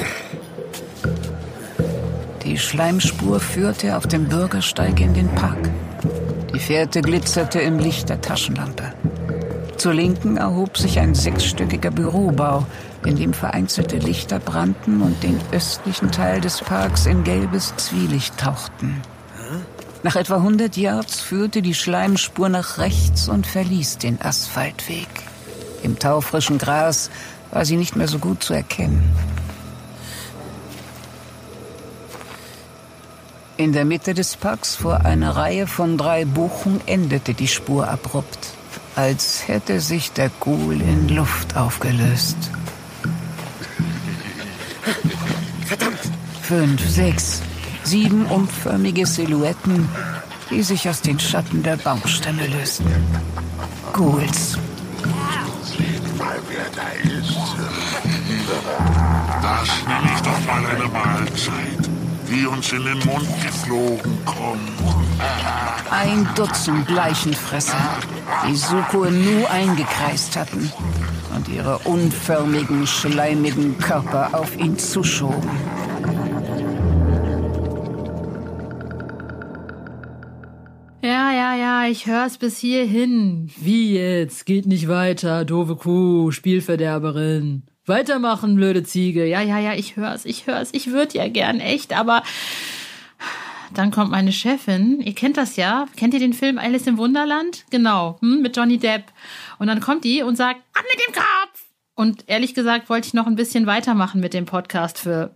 Die Schleimspur führte auf dem Bürgersteig in den Park. Die Fährte glitzerte im Licht der Taschenlampe. Zur Linken erhob sich ein 6-stöckiger Bürobau, in dem vereinzelte Lichter brannten und den östlichen Teil des Parks in gelbes Zwielicht tauchten. Nach etwa 100 Yards führte die Schleimspur nach rechts und verließ den Asphaltweg. Im taufrischen Gras war sie nicht mehr so gut zu erkennen. In der Mitte des Parks vor einer Reihe von 3 Buchen endete die Spur abrupt, als hätte sich der Ghoul in Luft aufgelöst. Verdammt! 5, 6, 7 umförmige Silhouetten, die sich aus den Schatten der Baumstämme lösten. Ghouls. Seht mal, wer da ist. Das nenne ich doch mal eine Mahlzeit, die uns in den Mund geflogen kommt. 1 Dutzend Leichenfresser, die Suko im Nu eingekreist hatten und ihre unförmigen, schleimigen Körper auf ihn zuschoben. Ja, ich hör's bis hierhin. Wie jetzt? Geht nicht weiter, doofe Kuh, Spielverderberin. Weitermachen, blöde Ziege. Ja, ich hör's. Ich würde ja gern, echt, aber... Dann kommt meine Chefin, ihr kennt das ja, kennt ihr den Film Alice im Wunderland? Genau, mit Johnny Depp. Und dann kommt die und sagt, ab mit dem Kopf! Und ehrlich gesagt wollte ich noch ein bisschen weitermachen mit dem Podcast für,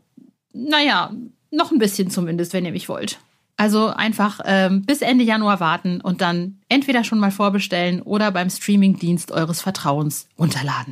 noch ein bisschen zumindest, wenn ihr mich wollt. Also einfach bis Ende Januar warten und dann entweder schon mal vorbestellen oder beim Streamingdienst eures Vertrauens runterladen.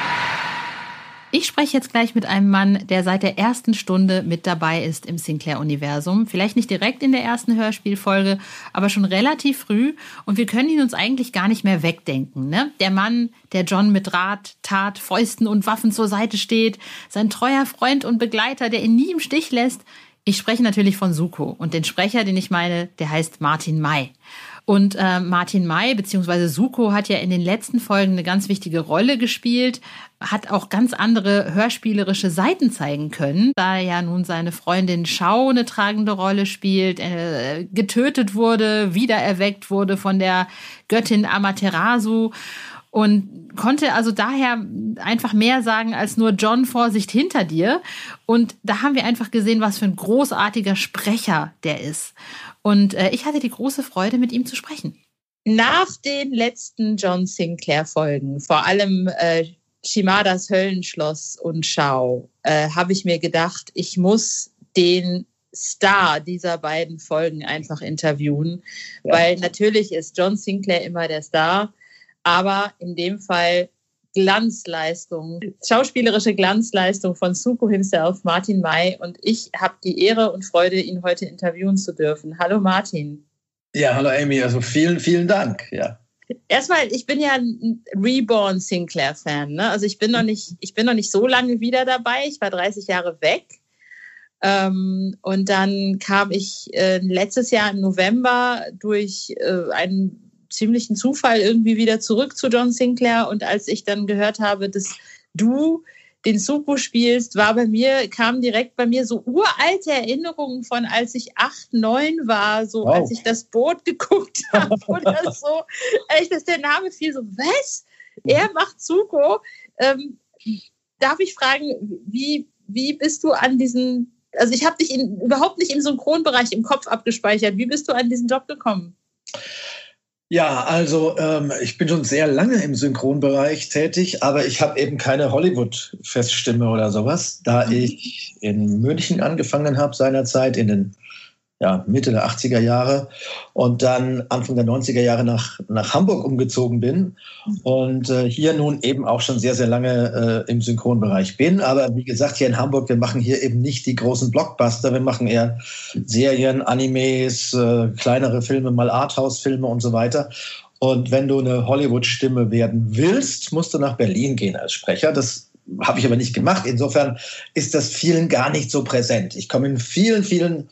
Ich spreche jetzt gleich mit einem Mann, der seit der ersten Stunde mit dabei ist im Sinclair-Universum. Vielleicht nicht direkt in der ersten Hörspielfolge, aber schon relativ früh. Und wir können ihn uns eigentlich gar nicht mehr wegdenken, ne? Der Mann, der John mit Rat, Tat, Fäusten und Waffen zur Seite steht. Sein treuer Freund und Begleiter, der ihn nie im Stich lässt. Ich spreche natürlich von Suko. Und den Sprecher, den ich meine, der heißt Martin May. Und Martin May bzw. Suko hat ja in den letzten Folgen eine ganz wichtige Rolle gespielt, hat auch ganz andere hörspielerische Seiten zeigen können, da ja nun seine Freundin Shao eine tragende Rolle spielt, getötet wurde, wiedererweckt wurde von der Göttin Amaterasu und konnte also daher einfach mehr sagen als nur John, Vorsicht hinter dir. Und da haben wir einfach gesehen, was für ein großartiger Sprecher der ist. Und ich hatte die große Freude, mit ihm zu sprechen. Nach den letzten John Sinclair-Folgen, vor allem Shimadas Höllenschloss und Shao, habe ich mir gedacht, ich muss den Star dieser beiden Folgen einfach interviewen. Ja. Weil natürlich ist John Sinclair immer der Star, aber in dem Fall Glanzleistung, schauspielerische Glanzleistung von Suko himself, Martin May. Und ich habe die Ehre und Freude, ihn heute interviewen zu dürfen. Hallo Martin. Ja, hallo Amy, also vielen, vielen Dank. Ja. Erstmal, ich bin ja ein Reborn Sinclair-Fan. Ne? Also ich bin noch nicht so lange wieder dabei. Ich war 30 Jahre weg. Und dann kam ich letztes Jahr im November durch einen ziemlichen Zufall irgendwie wieder zurück zu John Sinclair. Und als ich dann gehört habe, dass du den Suko spielst, kamen direkt bei mir so uralte Erinnerungen von, als ich 8, 9 war, so als ich das Boot geguckt habe oder so. Echt, dass der Name fiel so, was? Er macht Zuko. Darf ich fragen, wie bist du an diesen, also ich habe dich überhaupt nicht im Synchronbereich im Kopf abgespeichert. Wie bist du an diesen Job gekommen? Ja, also ich bin schon sehr lange im Synchronbereich tätig, aber ich habe eben keine Hollywood-Feststimme oder sowas, da ich in München angefangen habe seinerzeit in den Mitte der 80er Jahre und dann Anfang der 90er Jahre nach Hamburg umgezogen bin und hier nun eben auch schon sehr, sehr lange im Synchronbereich bin. Aber wie gesagt, hier in Hamburg, wir machen hier eben nicht die großen Blockbuster, wir machen eher Serien, Animes, kleinere Filme, mal Arthouse-Filme und so weiter. Und wenn du eine Hollywood-Stimme werden willst, musst du nach Berlin gehen als Sprecher. Das habe ich aber nicht gemacht. Insofern ist das vielen gar nicht so präsent. Ich komme in vielen, vielen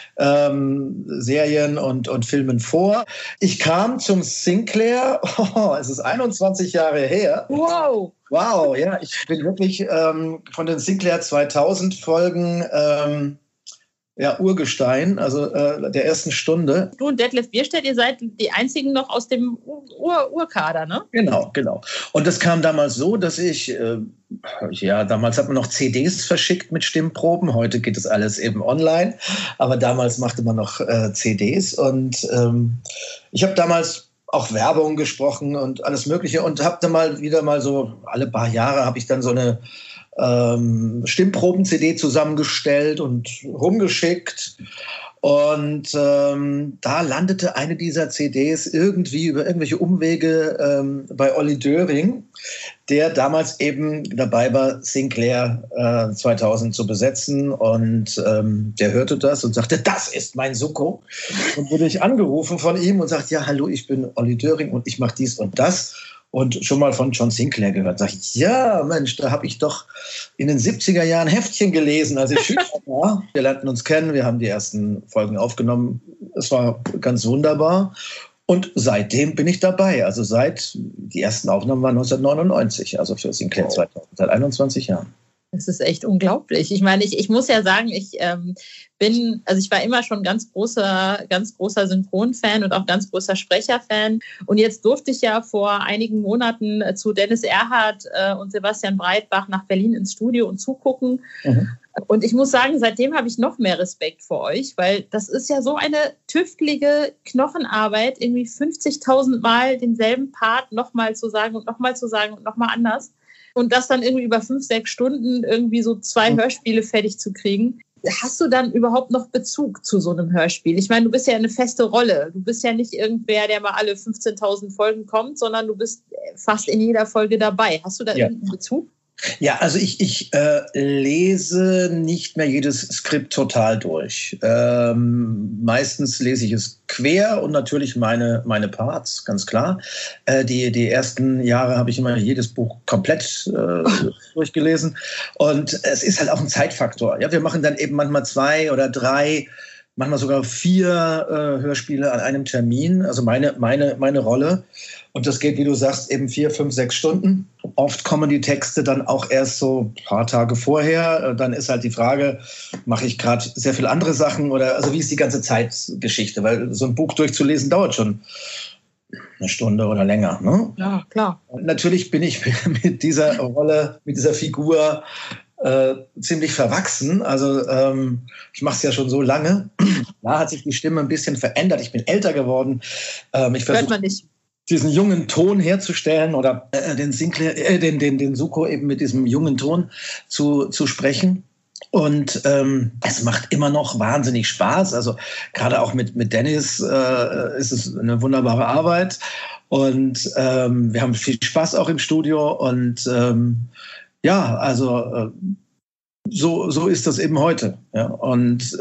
Serien und Filmen vor. Ich kam zum Sinclair, es ist 21 Jahre her. Wow! Wow, ja, ich bin wirklich von den Sinclair 2000 Folgen Urgestein, also der ersten Stunde. Du und Detlef Bierstedt, ihr seid die einzigen noch aus dem Urkader, ne? Genau. Und das kam damals so, dass ich, damals hat man noch CDs verschickt mit Stimmproben, heute geht das alles eben online, aber damals machte man noch CDs und ich habe damals auch Werbung gesprochen und alles Mögliche und habe dann wieder mal so, alle paar Jahre habe ich dann so eine Stimmproben-CD zusammengestellt und rumgeschickt. Und da landete eine dieser CDs irgendwie über irgendwelche Umwege bei Olli Döring, der damals eben dabei war, Sinclair 2000 zu besetzen. Und der hörte das und sagte, das ist mein Zuko. Und wurde ich angerufen von ihm und sagte, ja, hallo, ich bin Olli Döring und ich mache dies und das. Und schon mal von John Sinclair gehört. Sag ich, ja, Mensch, da habe ich doch in den 70er Jahren Heftchen gelesen, als ich Schüler war. Wir lernten uns kennen, wir haben die ersten Folgen aufgenommen. Es war ganz wunderbar. Und seitdem bin ich dabei. Also die ersten Aufnahmen waren 1999, also für Sinclair 2000, seit 21 Jahren. Das ist echt unglaublich. Ich meine, ich muss ja sagen, ich war immer schon ganz großer Synchronfan und auch ganz großer Sprecherfan. Und jetzt durfte ich ja vor einigen Monaten zu Dennis Erhardt und Sebastian Breitbach nach Berlin ins Studio und zugucken. Mhm. Und ich muss sagen, seitdem habe ich noch mehr Respekt vor euch, weil das ist ja so eine tüftelige Knochenarbeit, irgendwie 50.000 Mal denselben Part nochmal zu sagen und nochmal zu sagen und nochmal anders. Und das dann irgendwie über 5-6 Stunden irgendwie so 2 Hörspiele fertig zu kriegen. Hast du dann überhaupt noch Bezug zu so einem Hörspiel? Ich meine, du bist ja eine feste Rolle. Du bist ja nicht irgendwer, der mal alle 15.000 Folgen kommt, sondern du bist fast in jeder Folge dabei. Hast du da irgendeinen Bezug? Ja, also ich lese nicht mehr jedes Skript total durch. Meistens lese ich es quer und natürlich meine Parts, ganz klar. Die ersten Jahre habe ich immer jedes Buch komplett durchgelesen. Und es ist halt auch ein Zeitfaktor. Ja, wir machen dann eben manchmal 2 oder 3, manchmal sogar 4 Hörspiele an einem Termin. Also meine Rolle. Und das geht, wie du sagst, eben 4, 5, 6 Stunden. Oft kommen die Texte dann auch erst so ein paar Tage vorher. Dann ist halt die Frage, mache ich gerade sehr viele andere Sachen oder also wie ist die ganze Zeitgeschichte? Weil so ein Buch durchzulesen dauert schon eine Stunde oder länger. Ne? Ja, klar. Und natürlich bin ich mit dieser Rolle, mit dieser Figur ziemlich verwachsen. Also ich mache es ja schon so lange. Da hat sich die Stimme ein bisschen verändert. Ich bin älter geworden. Hört man nicht. Diesen jungen Ton herzustellen oder den Sinclair, den Zuko eben mit diesem jungen Ton zu sprechen. Und es macht immer noch wahnsinnig Spaß. Also gerade auch mit Dennis ist es eine wunderbare Arbeit. Und wir haben viel Spaß auch im Studio. Und so ist das eben heute. Ja? Und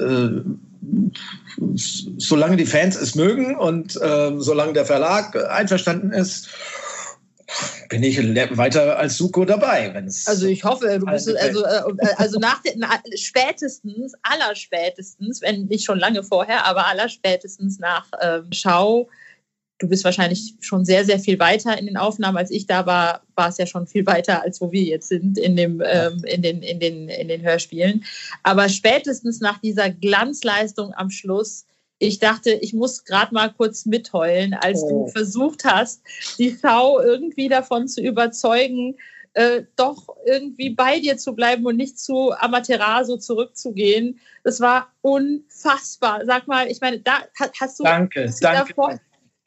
solange die Fans es mögen und solange der Verlag einverstanden ist, bin ich weiter als Zuko dabei. Also ich hoffe, du bist also nach allerspätestens, wenn nicht schon lange vorher, aber allerspätestens nach Schau. Du bist wahrscheinlich schon sehr, sehr viel weiter in den Aufnahmen, als ich da war. War es ja schon viel weiter, als wo wir jetzt sind in den Hörspielen. Aber spätestens nach dieser Glanzleistung am Schluss Ich dachte, ich muss gerade mal kurz mitheulen, als du versucht hast, die Schau irgendwie davon zu überzeugen, doch irgendwie bei dir zu bleiben und nicht zu Amaterasu zurückzugehen. Das war unfassbar. Sag mal, ich meine, da hast du... Danke. Davor,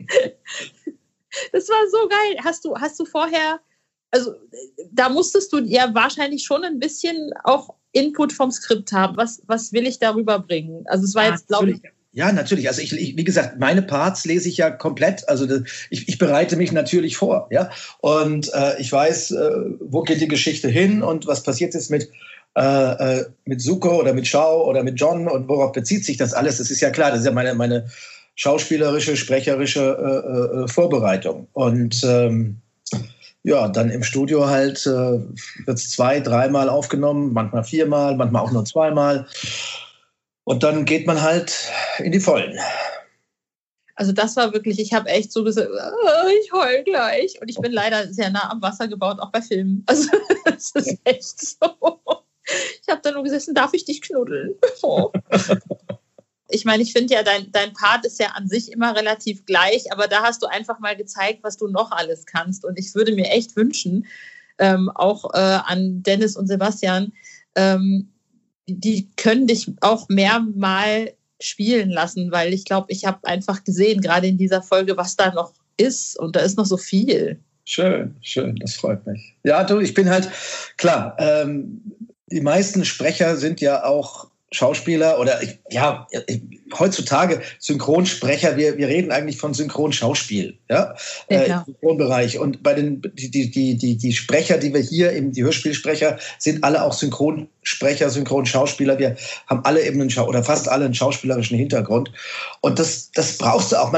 das war so geil. Hast du vorher... Also da musstest du ja wahrscheinlich schon ein bisschen auch Input vom Skript haben. Was will ich darüber bringen? Also es war jetzt, glaube ich... Ja, natürlich. Also ich, wie gesagt, meine Parts lese ich ja komplett. Also ich bereite mich natürlich vor, ja. Und ich weiß, wo geht die Geschichte hin und was passiert jetzt mit Zuko oder mit Shao oder mit John und worauf bezieht sich das alles? Das ist ja klar. Das ist ja meine schauspielerische, sprecherische Vorbereitung. Und ja, dann im Studio halt wird es 2-3 Mal aufgenommen, manchmal 4 Mal, manchmal auch nur 2 Mal. Und dann geht man halt in die Vollen. Also das war wirklich, ich habe echt so gesagt, ich heul gleich. Und ich bin leider sehr nah am Wasser gebaut, auch bei Filmen. Also das ist echt so. Ich habe da nur gesessen, darf ich dich knuddeln? Oh. Ich meine, ich finde ja, dein Part ist ja an sich immer relativ gleich, aber da hast du einfach mal gezeigt, was du noch alles kannst. Und ich würde mir echt wünschen, auch an Dennis und Sebastian, die können dich auch mehr mal spielen lassen, weil ich glaube, ich habe einfach gesehen, gerade in dieser Folge, was da noch ist. Und da ist noch so viel. Schön, das freut mich. Ja, du, ich bin halt, klar, die meisten Sprecher sind ja auch Schauspieler oder heutzutage Synchronsprecher, wir reden eigentlich von Synchronschauspiel, ja, im Synchronbereich. Und bei die Sprecher, die wir hier, eben die Hörspielsprecher, sind alle auch Synchronsprecher, Synchronschauspieler. Wir haben alle eben oder fast alle einen schauspielerischen Hintergrund. Und das brauchst du auch.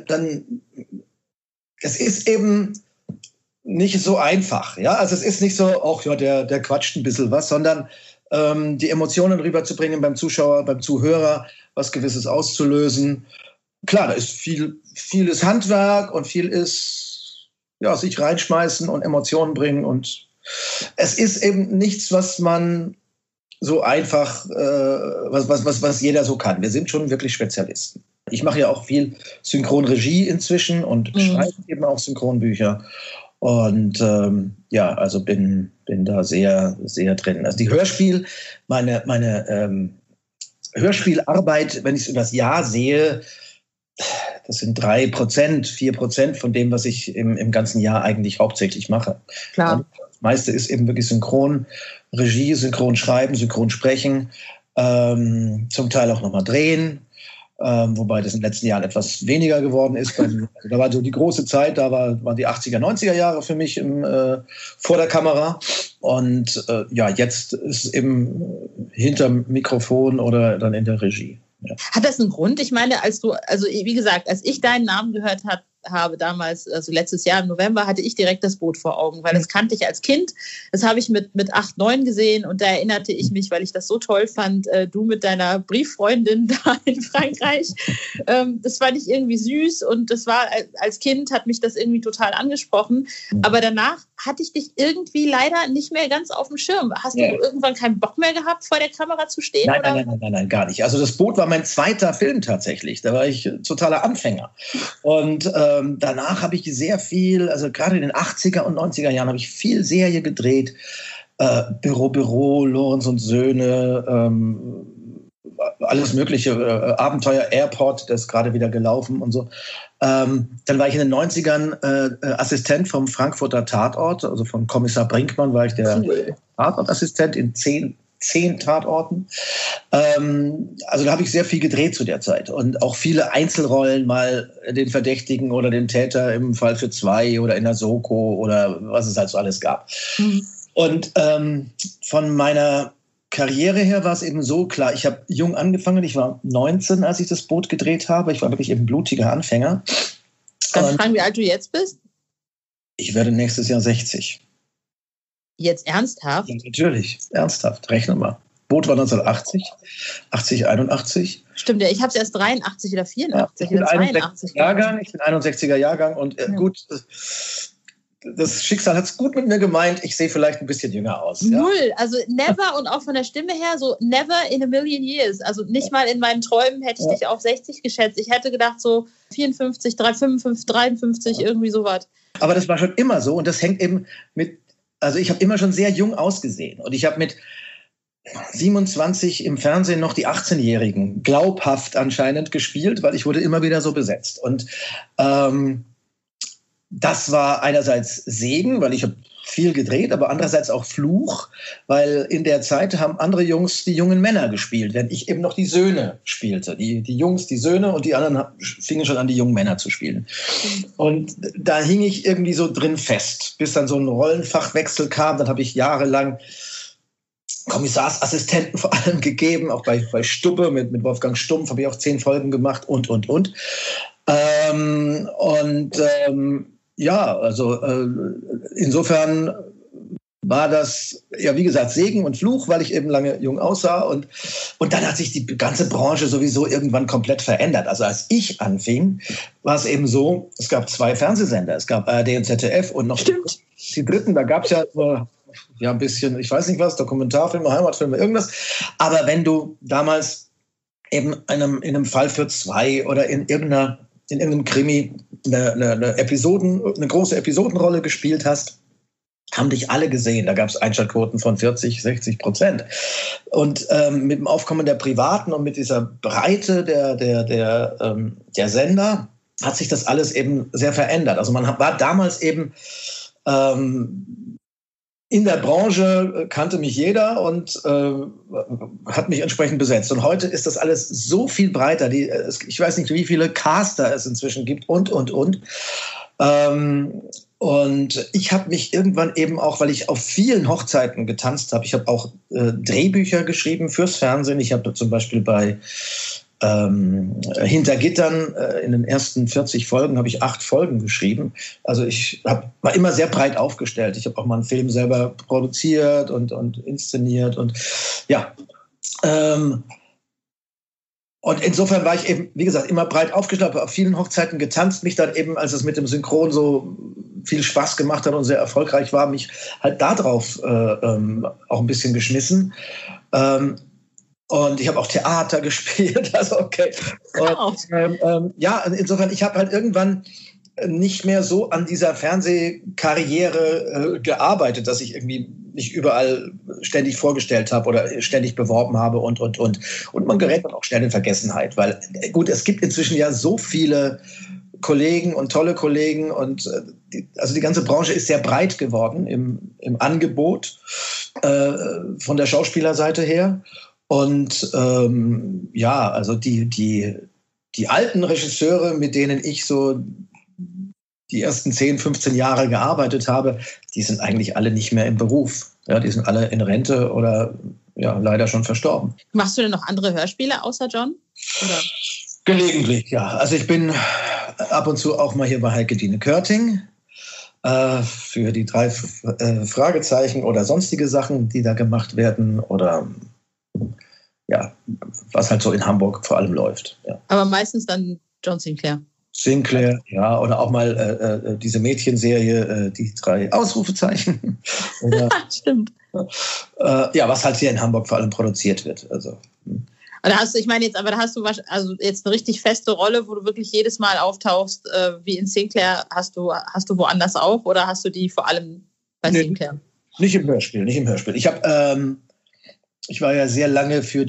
Es ist eben nicht so einfach, ja. Also es ist nicht so, ach ja, der quatscht ein bisschen was, sondern die Emotionen rüberzubringen beim Zuschauer, beim Zuhörer, was Gewisses auszulösen. Klar, da ist vieles Handwerk und viel ist sich reinschmeißen und Emotionen bringen. Und es ist eben nichts, was man so einfach, was jeder so kann. Wir sind schon wirklich Spezialisten. Ich mache ja auch viel Synchronregie inzwischen und schreibe eben auch Synchronbücher. Und also bin da sehr, sehr drin. Also die meine Hörspielarbeit, wenn ich es über das Jahr sehe, das sind 3%, 4% von dem, was ich im ganzen Jahr eigentlich hauptsächlich mache. Klar. Und das meiste ist eben wirklich Synchronregie, Synchronschreiben, Synchronsprechen, zum Teil auch nochmal drehen. Wobei das in den letzten Jahren etwas weniger geworden ist. Da war so die große Zeit, da waren die 80er, 90er Jahre für mich vor der Kamera. Und jetzt ist es eben hinterm Mikrofon oder dann in der Regie. Ja. Hat das einen Grund? Ich meine, wie gesagt, als ich deinen Namen gehört habe damals, also letztes Jahr im November, hatte ich direkt das Boot vor Augen, weil das kannte ich als Kind. Das habe ich mit 8, 9 gesehen und da erinnerte ich mich, weil ich das so toll fand, du mit deiner Brieffreundin da in Frankreich. Das fand ich irgendwie süß und das war, als Kind hat mich das irgendwie total angesprochen. Aber danach hatte ich dich irgendwie leider nicht mehr ganz auf dem Schirm. Hast du irgendwann keinen Bock mehr gehabt, vor der Kamera zu stehen? Nein, gar nicht. Also das Boot war mein zweiter Film tatsächlich. Da war ich totaler Anfänger. Und danach habe ich sehr viel, also gerade in den 80er und 90er Jahren habe ich viel Serie gedreht. Büro, Lorenz und Söhne, alles mögliche, Abenteuer Airport, das ist gerade wieder gelaufen und so. Dann war ich in den 90ern Assistent vom Frankfurter Tatort, also von Kommissar Brinkmann war ich der Tatortassistent in 10 Tatorten. Also da habe ich sehr viel gedreht zu der Zeit und auch viele Einzelrollen, mal den Verdächtigen oder den Täter im Fall für 2 oder in der Soko oder was es halt so alles gab. Und von meiner Karriere her war es eben so, klar, ich habe jung angefangen, ich war 19, als ich das Boot gedreht habe. Ich war wirklich eben blutiger Anfänger. Kannst du fragen, wie alt du jetzt bist? Ich werde nächstes Jahr 60. Jetzt ernsthaft? Ja, natürlich, ernsthaft. Rechne mal. Boot war 1980, 81. Stimmt, ja, ich habe es erst 83 oder 84 oder 82. Ich bin 61er Jahrgang und gut, das Schicksal hat es gut mit mir gemeint. Ich sehe vielleicht ein bisschen jünger aus. Ja. Null. Also never und auch von der Stimme her so never in a million years. Also nicht mal in meinen Träumen hätte ich dich auf 60 geschätzt. Ich hätte gedacht so 54, 55, 53, irgendwie sowas. Aber das war schon immer so und das hängt eben also ich habe immer schon sehr jung ausgesehen und ich habe mit 27 im Fernsehen noch die 18-Jährigen glaubhaft anscheinend gespielt, weil ich wurde immer wieder so besetzt. Und das war einerseits Segen, weil ich habe viel gedreht, aber andererseits auch Fluch, weil in der Zeit haben andere Jungs die jungen Männer gespielt, während ich eben noch die Söhne spielte. Die Jungs, die Söhne und die anderen fingen schon an, die jungen Männer zu spielen. Und da hing ich irgendwie so drin fest, bis dann so ein Rollenfachwechsel kam. Dann habe ich jahrelang Kommissarsassistenten vor allem gegeben, auch bei Stubbe mit Wolfgang Stumpf habe ich auch 10 Folgen gemacht und. Insofern war das, ja, wie gesagt, Segen und Fluch, weil ich eben lange jung aussah. Und dann hat sich die ganze Branche sowieso irgendwann komplett verändert. Also als ich anfing, war es eben so, es gab 2 Fernsehsender. Es gab ARD und ZDF und noch die dritten. Da gab es ja ein bisschen, ich weiß nicht was, Dokumentarfilme, Heimatfilme, irgendwas. Aber wenn du damals eben in einem Fall für 2 oder in irgendeinem Krimi eine große Episodenrolle gespielt hast, haben dich alle gesehen. Da gab es Einschaltquoten von 40-60%. Und mit dem Aufkommen der Privaten und mit dieser Breite der Sender hat sich das alles eben sehr verändert. Also man war damals eben in der Branche, kannte mich jeder und hat mich entsprechend besetzt. Und heute ist das alles so viel breiter. Ich weiß nicht, wie viele Caster es inzwischen gibt und. Und ich habe mich irgendwann eben auch, weil ich auf vielen Hochzeiten getanzt habe, ich habe auch Drehbücher geschrieben fürs Fernsehen. Ich habe zum Beispiel bei Hinter Gittern in den ersten 40 Folgen habe ich 8 Folgen geschrieben. Also ich war immer sehr breit aufgestellt. Ich habe auch mal einen Film selber produziert und inszeniert und ja. Und insofern war ich eben, wie gesagt, immer breit aufgestellt, habe auf vielen Hochzeiten getanzt, mich dann eben, als es mit dem Synchron so viel Spaß gemacht hat und sehr erfolgreich war, mich halt darauf auch ein bisschen geschmissen. Und ich habe auch Theater gespielt, also okay. Und, insofern, ich habe halt irgendwann nicht mehr so an dieser Fernsehkarriere gearbeitet, dass ich irgendwie mich überall ständig vorgestellt habe oder ständig beworben habe und. Und man gerät dann auch schnell in Vergessenheit, weil gut, es gibt inzwischen ja so viele Kollegen und tolle Kollegen und die ganze Branche ist sehr breit geworden im Angebot von der Schauspielerseite her. Und also die alten Regisseure, mit denen ich so die ersten 10, 15 Jahre gearbeitet habe, die sind eigentlich alle nicht mehr im Beruf. Ja, die sind alle in Rente oder ja, leider schon verstorben. Machst du denn noch andere Hörspiele außer John? Oder? Gelegentlich, ja. Also ich bin ab und zu auch mal hier bei Heike Dine Körting für die 3 Fragezeichen oder sonstige Sachen, die da gemacht werden oder ja, was halt so in Hamburg vor allem läuft. Ja. Aber meistens dann John Sinclair. Sinclair, ja, oder auch mal diese Mädchenserie, die 3 Ausrufezeichen. Oder, stimmt. Was halt hier in Hamburg vor allem produziert wird. Also. Da hast du jetzt eine richtig feste Rolle, wo du wirklich jedes Mal auftauchst, wie in Sinclair, hast du woanders auch oder hast du die vor allem bei Sinclair? Nicht im Hörspiel. Ich war ja sehr lange für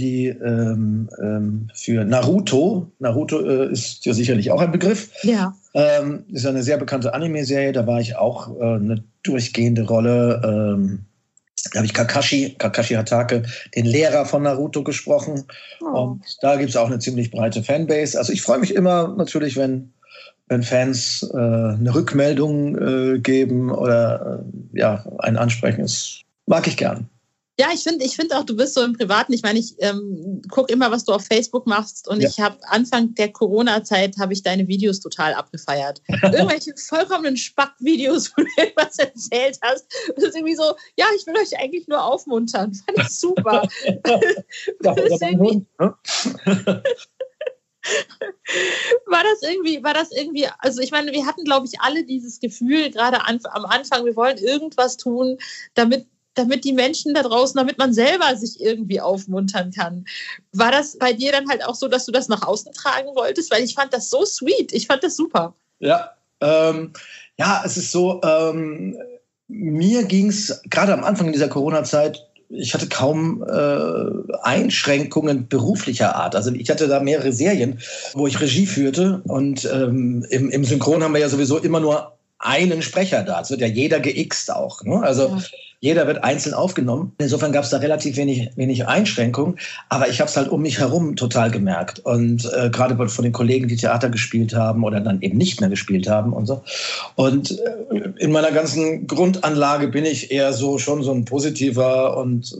Naruto. Naruto ist ja sicherlich auch ein Begriff. Ja. Ist eine sehr bekannte Anime-Serie. Da war ich auch eine durchgehende Rolle. Da habe ich Kakashi Hatake, den Lehrer von Naruto, gesprochen. Oh. Und da gibt es auch eine ziemlich breite Fanbase. Also ich freue mich immer natürlich, wenn Fans eine Rückmeldung geben oder einen ansprechen. Das mag ich gern. Ja, ich finde auch, du bist so im Privaten. Ich meine, ich gucke immer, was du auf Facebook machst und ich habe Anfang der Corona-Zeit habe ich deine Videos total abgefeiert. Irgendwelche vollkommenen Spack-Videos, wo du irgendwas erzählt hast. Das ist irgendwie so, ja, ich will euch eigentlich nur aufmuntern. Fand ich super. War das irgendwie, also ich meine, wir hatten, glaube ich, alle dieses Gefühl, gerade am Anfang, wir wollen irgendwas tun, damit die Menschen da draußen, damit man selber sich irgendwie aufmuntern kann. War das bei dir dann halt auch so, dass du das nach außen tragen wolltest? Weil ich fand das so sweet, ich fand das super. Ja, es ist so, mir ging es gerade am Anfang dieser Corona-Zeit, ich hatte kaum Einschränkungen beruflicher Art. Also ich hatte da mehrere Serien, wo ich Regie führte. Und im Synchron haben wir ja sowieso immer nur einen Sprecher da. Es wird ja jeder geixt auch. Ne? Also jeder wird einzeln aufgenommen. Insofern gab es da relativ wenig Einschränkungen. Aber ich habe es halt um mich herum total gemerkt. Und gerade von den Kollegen, die Theater gespielt haben oder dann eben nicht mehr gespielt haben und so. Und in meiner ganzen Grundanlage bin ich eher schon so ein positiver und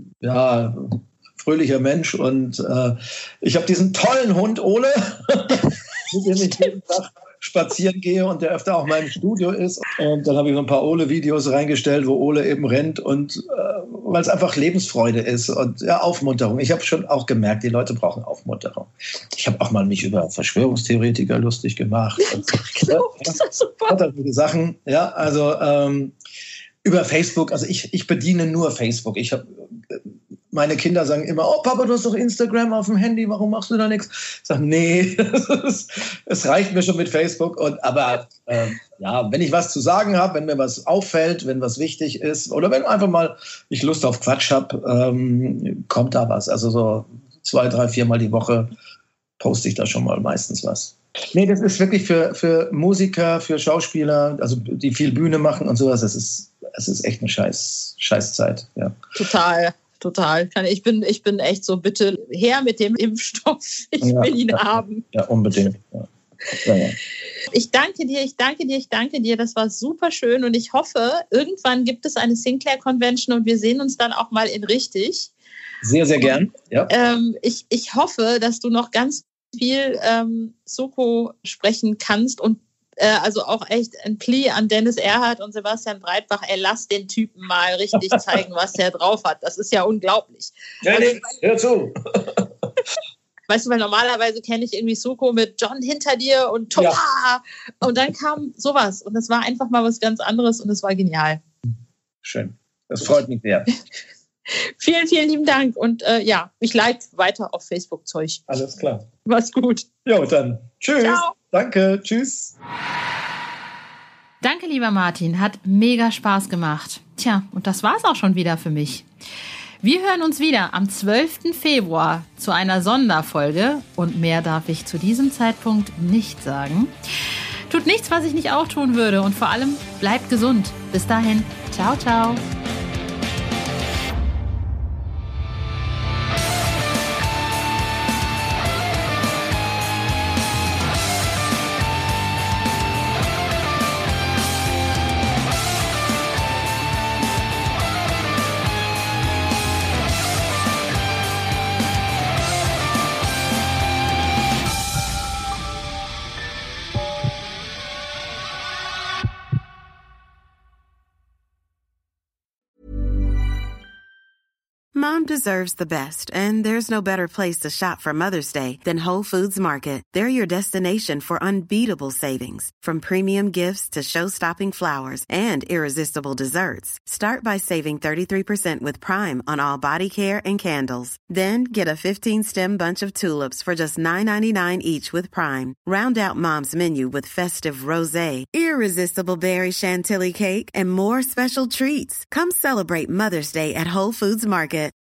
fröhlicher Mensch. Und ich habe diesen tollen Hund Ole, mit dem ich jeden Tag spazieren gehe und der öfter auch mal im Studio ist. Und dann habe ich so ein paar Ole-Videos reingestellt, wo Ole eben rennt und weil es einfach Lebensfreude ist und Aufmunterung. Ich habe schon auch gemerkt, die Leute brauchen Aufmunterung. Ich habe auch mal mich über Verschwörungstheoretiker lustig gemacht. Das ist super. Sachen. Ja, also über Facebook, also ich bediene nur Facebook. Meine Kinder sagen immer, oh Papa, du hast doch Instagram auf dem Handy, warum machst du da nichts? Ich sage, nee, es reicht mir schon mit Facebook. Aber wenn ich was zu sagen habe, wenn mir was auffällt, wenn was wichtig ist oder wenn einfach mal ich Lust auf Quatsch habe, kommt da was. Also so 2, 3, 4 Mal die Woche poste ich da schon mal meistens was. Nee, das ist wirklich für Musiker, für Schauspieler, also die viel Bühne machen und sowas. Es ist echt eine Scheißzeit. Ja. Total. Ich bin echt so, bitte her mit dem Impfstoff. Ich will ihn haben. Ja, unbedingt. Ja. Ich danke dir. Das war super schön und ich hoffe, irgendwann gibt es eine Sinclair Convention und wir sehen uns dann auch mal in richtig. Sehr, sehr gern. Ja. Ich hoffe, dass du noch ganz viel Soko sprechen kannst und also auch echt ein Plea an Dennis Erhardt und Sebastian Breitbach, lass den Typen mal richtig zeigen, was der drauf hat. Das ist ja unglaublich. Dennis, hör zu. Weißt du, weil normalerweise kenne ich irgendwie Soko mit John hinter dir und Thomas. Ja. Und dann kam sowas und das war einfach mal was ganz anderes und es war genial. Schön. Das freut mich sehr. Vielen, vielen lieben Dank und ich leite weiter auf Facebook Zeug. Alles klar. Mach's gut. Jo, dann tschüss. Ciao. Danke, tschüss. Danke, lieber Martin. Hat mega Spaß gemacht. Tja, und das war's auch schon wieder für mich. Wir hören uns wieder am 12. Februar zu einer Sonderfolge. Und mehr darf ich zu diesem Zeitpunkt nicht sagen. Tut nichts, was ich nicht auch tun würde. Und vor allem bleibt gesund. Bis dahin. Ciao, ciao. Mom deserves the best, and there's no better place to shop for Mother's Day than Whole Foods Market. They're your destination for unbeatable savings, from premium gifts to show-stopping flowers and irresistible desserts. Start by saving 33% with Prime on all body care and candles. Then get a 15-stem bunch of tulips for just $9.99 each with Prime. Round out Mom's menu with festive rosé, irresistible berry chantilly cake, and more special treats. Come celebrate Mother's Day at Whole Foods Market.